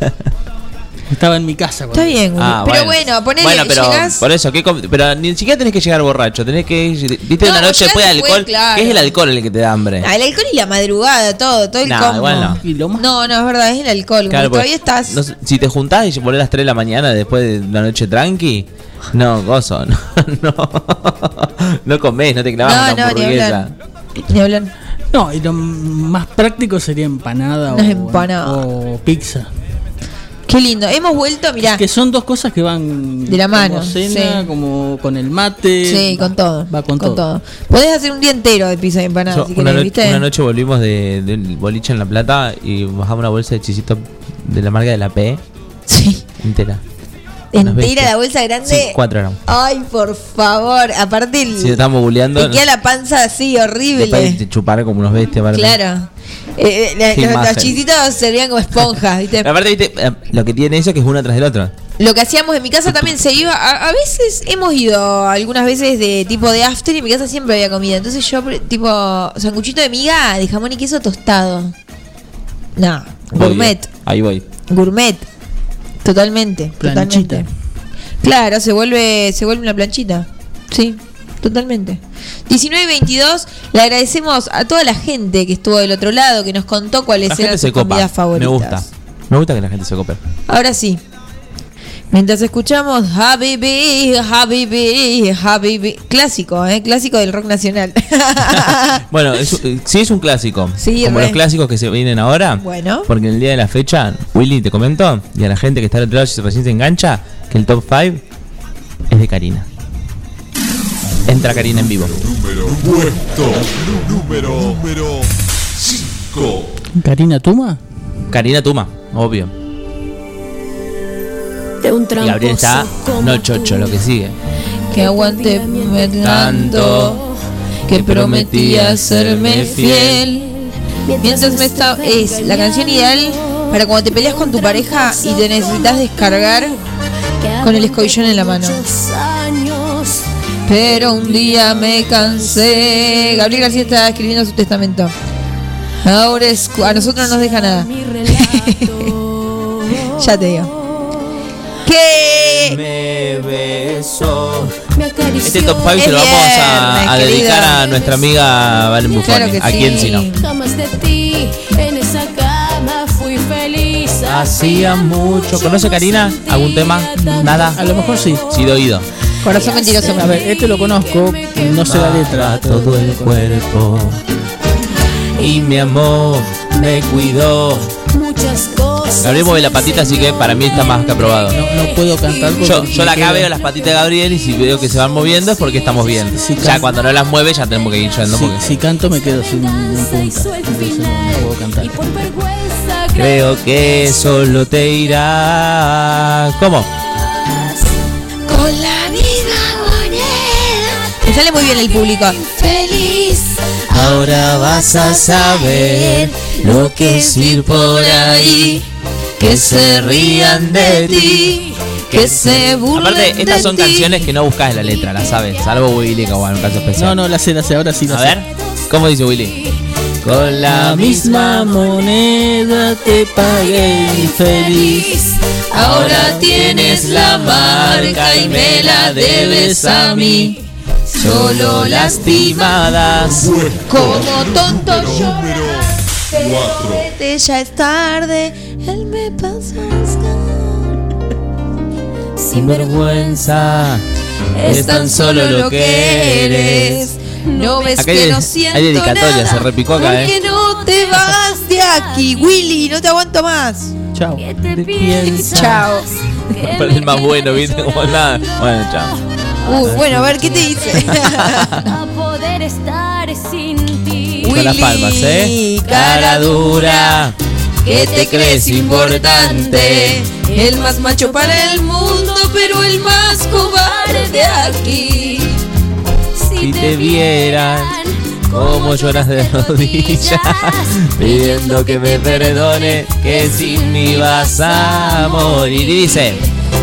Estaba en mi casa. Está bien, güey. Ah, pero bueno, ponele, Bueno, pero llegás. por eso, ¿qué com- pero ni siquiera tenés que llegar borracho. Tenés que. Viste, No, una noche llegás después de después, alcohol. claro. ¿Qué es el alcohol el que te da hambre? Ah, el alcohol y la madrugada, todo, todo el Nah, combo. igual no. ¿Y lo más? No, no, es verdad, es el alcohol. Claro, Como porque todavía estás. no sé, si te juntás y volvés a las tres de la mañana después de una noche tranqui, no, gozo, no, no, no comés, no te clavas No, una no, ni hamburguesa. hablar. Ni hablar. No, y lo más práctico sería empanada Unas o, empanadas. o pizza. Qué lindo. Hemos vuelto, mirá. Que son dos cosas que van De la mano, como cena, sí. como con el mate. Sí, va, con todo. Va con, Con todo. todo. Podés hacer un día entero de pizza y empanada, Yo, si una, querés, no- ¿viste? una noche volvimos de, del boliche en La Plata y bajamos una bolsa de chisito de la marca de la P. Sí. Entera. Unas Entera bestias. la bolsa grande. Sí, cuatro gramos. Ay, por favor. Aparte, el, Si estamos buleando. te queda la panza así, horrible. Después te chupar como unos bestias. aparte. Claro. Eh, la- Qué los, los imagen. chisitos serían como esponjas, ¿viste? Pero aparte, viste, eh, lo que tiene eso es que es uno tras del otro. Lo que hacíamos en mi casa también se iba. A, a veces hemos ido, algunas veces de tipo de after y en mi casa siempre había comida. Entonces yo, pre- tipo, sanguchito de miga de jamón y queso tostado. No, Voy, gourmet. eh. Ahí voy. Gourmet. Totalmente. Planchita. Totalmente. Claro, se vuelve, se vuelve una planchita. Sí, totalmente. diecinueve y veintidós, le agradecemos a toda la gente que estuvo del otro lado, que nos contó cuáles La eran gente sus se copa. comidas favoritas. Me gusta. Me gusta que la gente se cope. Ahora sí. Mientras escuchamos Habibi, Habibi, Habibi. Clásico, ¿eh? Clásico del rock nacional. Bueno, es, eh, sí es un clásico. Sí, como re. los clásicos que se vienen ahora. Bueno. Porque en el día de la fecha, Willy, te comento, y a la gente que está al otro lado, si recién se engancha, que el top cinco es de Karina. Entra Karina en vivo. Número puesto. Número número cinco. ¿Karina Tuma? Karina Tuma, obvio. De un Y Gabriel está no chocho, lo que sigue. Que aguante tanto, que prometía serme fiel. Mientras me estaba. Es la canción ideal para cuando te peleas con tu pareja y te necesitas descargar con el escobillón en la mano. Pero un día me cansé. Gabriel García está escribiendo su testamento. Ahora es, a nosotros no nos deja nada. Ya te digo. ¿Qué? Me besó. Me acarició. Este top cinco se lo Es vamos a, viernes, a dedicar querida. a nuestra amiga Valen Buffoni. Claro que ¿A sí. quién si no? Jamás de ti, en esa cama fui feliz. Hacía mucho. ¿Conoce Karina? ¿Algún tema? Nada. A lo mejor sí. Sí, de oído. Corazón mentiroso. A ver, este lo conozco, no sé la letra. Todo el cuerpo. Y mi amor me cuidó. Muchas cosas. Gabriel mueve la patita, así que para mí está más que aprobado. No, no puedo cantar porque Yo, yo me la acá quedo- veo las patitas de Gabriel y si veo que se van moviendo es porque estamos bien. Sí, Ya claro. cuando no las mueve ya tenemos que ir yendo. Si, porque si canto me quedo sin una punta. Entonces no, no puedo cantar. creo que solo te irá. ¿Cómo? Con la misma moneda. Me sale muy bien el público. Feliz. Ahora vas a saber lo que es ir por ahí, que se rían de ti, que se burlen Aparte, estas de son ti. canciones que no buscas en la letra, las sabes, salvo Willy, que bueno, un caso especial. No, no, la sé, la sé, ahora sí la A sé. ver, ¿cómo dice Willy? Con La misma moneda te pagué infeliz. Ahora tienes la marca y me la debes a mí. solo lastimadas. Como tonto yo. Cuatro. Vete, ya es tarde. Él me pasa a buscar. Sin vergüenza, es tan solo lo que eres. No ves Acá que hay, no siento hay dedicatoria, nada. se repicó acá, ¿Por qué eh. no te vas de aquí, Willy? No te aguanto más. Chao. Chao. Para el más bueno, ¿viste? Como nada. Bueno, chao. Uy, bueno, a ver, ¿qué te dice? A poder estar sin ti. Con las palmas, ¿eh? Cara dura, que te crees importante, el más macho para el mundo pero el más cobarde aquí. Si te vieran cómo lloras de rodillas, pidiendo que me perdone, que sin mí vas a morir. Y dice: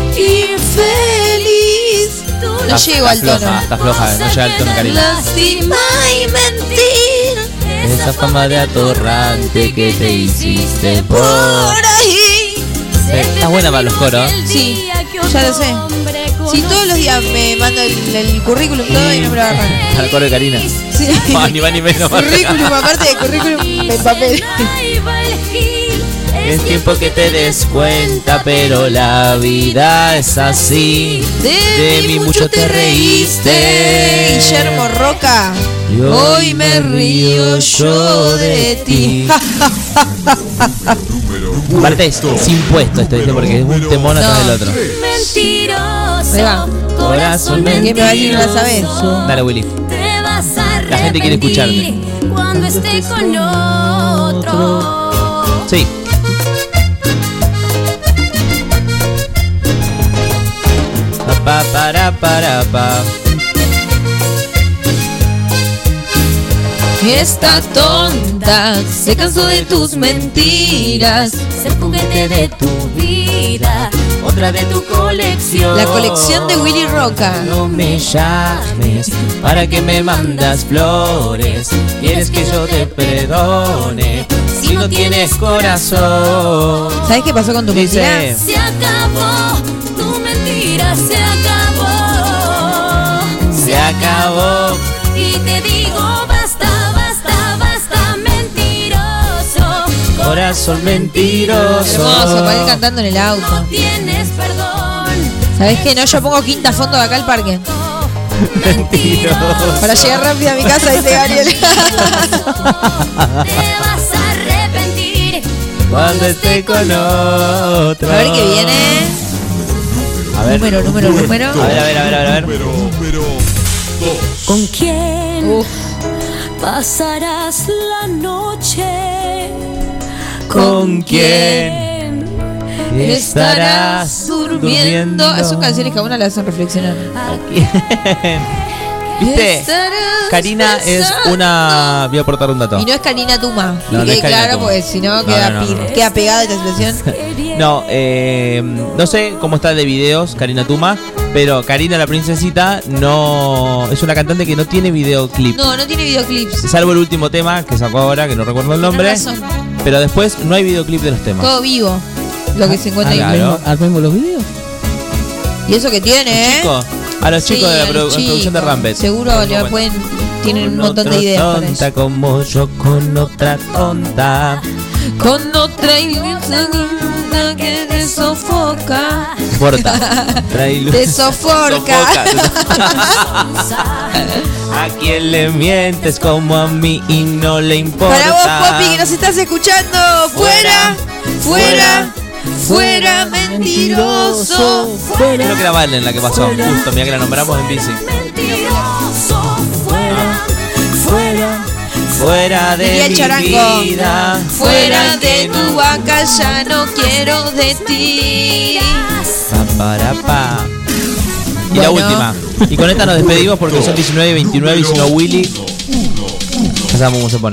infeliz. No Está- llego está al tono. floja, Está floja, no llega al tono, Karina. Lástima y mentir. Esa fama de atorrante que te hiciste por ahí. Está buena para los coros. Sí, ya lo sé. Sí, todos los días me mando el, el currículum todo y no me lo agarran. Para el coro de Karina. Sí. Más, ni más ni menos. Currículum, aparte de currículum en papel. Es tiempo que te des cuenta, pero la vida es así. De mí mucho te reíste, Guillermo Roca. y Hoy me río yo de ti. Aparte es sin puesto esto, ¿viste? Porque es un temón atrás del otro. Venga. Corazón ¿Qué me va a decir? ¿No la sabes? Dale, Willy. La gente quiere escucharte. Cuando esté con otro. Sí. Pa, para, para, pa. Esta tonta se cansó de tus mentiras. Ser juguete de tu vida, otra de tu colección. La colección de Willy Roca. No me llames para que me mandas flores. Quieres que yo te perdone si no tienes corazón. ¿Sabes qué pasó con tu Dice, mentira? se acabó, tu mentira se acabó. se acabó. Y te digo basta, basta, basta, mentiroso. Corazón mentiroso. Hermoso, para ir cantando en el auto. No tienes perdón. ¿Sabes qué? No, yo pongo quinta fondo de acá al parque. Mentiroso. Para llegar rápido a mi casa, dice Gabriel. Te vas a arrepentir Cuando esté con otro. A ver qué viene. A ver. Número, número, número. A ver, a ver, a ver, a ver. ¿Con quién pasarás la noche? ¿Con quién Estarás durmiendo. Esas son canciones que a una le hacen reflexionar. ¿Viste? Estarás Karina es pensando. una. Voy a aportar un dato. Y no es Karina Tuma. No, no Que es Karina claro, Tuma. pues si no No, queda, no, no, pi- no. queda pegada esta expresión. No, eh, no sé cómo está de videos Karina Tuma, pero Karina la princesita no es una cantante que no tiene videoclip. No, no tiene videoclips. Salvo el último tema que sacó ahora, que no recuerdo el nombre. Tenés razón. Pero después no hay videoclip de los temas. Todo vivo. Lo que se encuentra Ah, ahí. claro. Armemos los videos. Y eso que tiene, ¿eh? Chicos, a los Sí, chicos de la a los produ- producción de chicos. Rampet. Seguro le pueden. Tienen un montón de ideas para tonta eso. como yo con otra tonta. Con otra ilusión que te sofoca. Porta. Trae Te soforca. A quien le mientes como a mí y no le importa. Para vos, Poppy, que nos estás escuchando. Fuera, fuera, fuera, mentiroso. Fuera. Creo que era Valen la que pasó. Justo, mira que la nombramos en bici. Mentiroso, fuera, fuera. Fuera de Diría el mi charango. vida. Fuera de tu vaca, ya no quiero de ti. Pa, para, pa. Y la Bueno. última. Y con esta nos despedimos porque son diecinueve y veintinueve y si no Willy. Ya sabemos cómo se pone.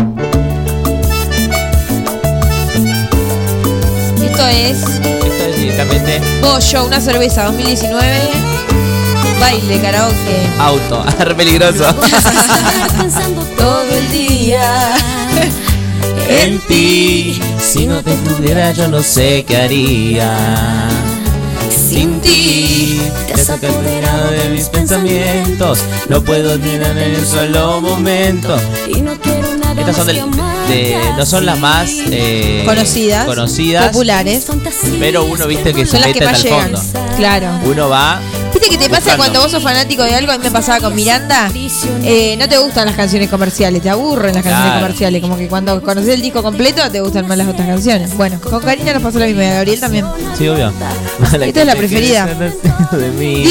Esto es Esto es directamente Pollo, una cerveza dos mil diecinueve. Baile, karaoke. auto. Re peligroso. Pensando todo el día En ti. Si no te tuviera yo no sé qué haría. Sin ti te has apoderado de mis pensamientos. No puedo tener en un solo momento. y no quiero nada Estas son del- de, no son las más eh, Conocidas, conocidas, populares. pero uno viste que se Son las que mete más hasta el llegan. fondo. Claro. Uno va. ¿Viste qué te pasa buscando. cuando vos sos fanático de algo? A mí me pasaba con Miranda. Eh, no te gustan las canciones comerciales, te aburren las canciones Claro. comerciales. Como que cuando conoces el disco completo te gustan más las otras canciones. Bueno, con Karina nos pasó lo mismo y a Gabriel también. Sí, obvio. Esta es la preferida. De mí.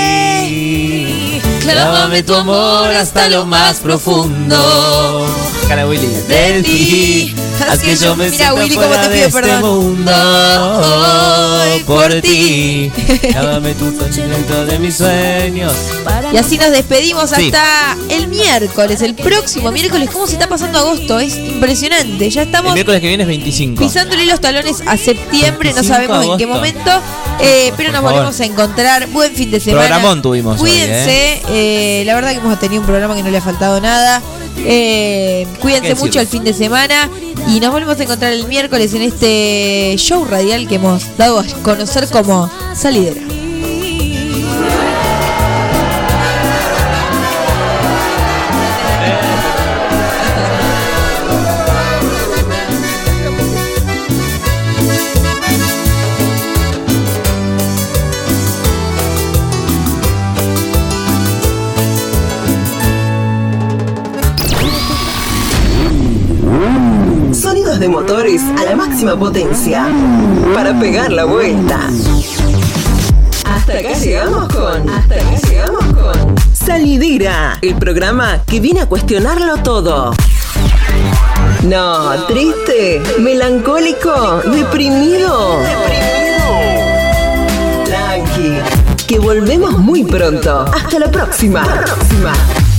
Dice: Clávame tu amor hasta lo más profundo. cara, Willy. De ti. Haz que yo me sienta Willy, como fuera te de pido este perdón. mundo. Por ti. Llámame tu dentro de mis sueños. Y así nos despedimos Sí. hasta el miércoles, el próximo miércoles. ¿Cómo se está pasando agosto? Es impresionante. Ya El estamos miércoles que viene es veinticinco. pisándole los talones a septiembre. No veinticinco sabemos en qué agosto. momento. Eh, pero Por nos favor. volvemos a encontrar. Buen fin de semana. Programón tuvimos hoy, Cuídense. eh, la verdad que hemos tenido un programa que no le ha faltado nada. Eh, cuídense ¿Qué mucho decirlo? el fin de semana. Y nos volvemos a encontrar el miércoles en este show radial que hemos dado a conocer como Salidera. Sonidos de motores a la máxima potencia para pegar la vuelta. Hasta acá llegamos con. Hasta acá llegamos con. Salidera, el programa que viene a cuestionarlo todo. No, triste, melancólico, deprimido. Tranqui, que volvemos muy pronto. Hasta la próxima. próxima.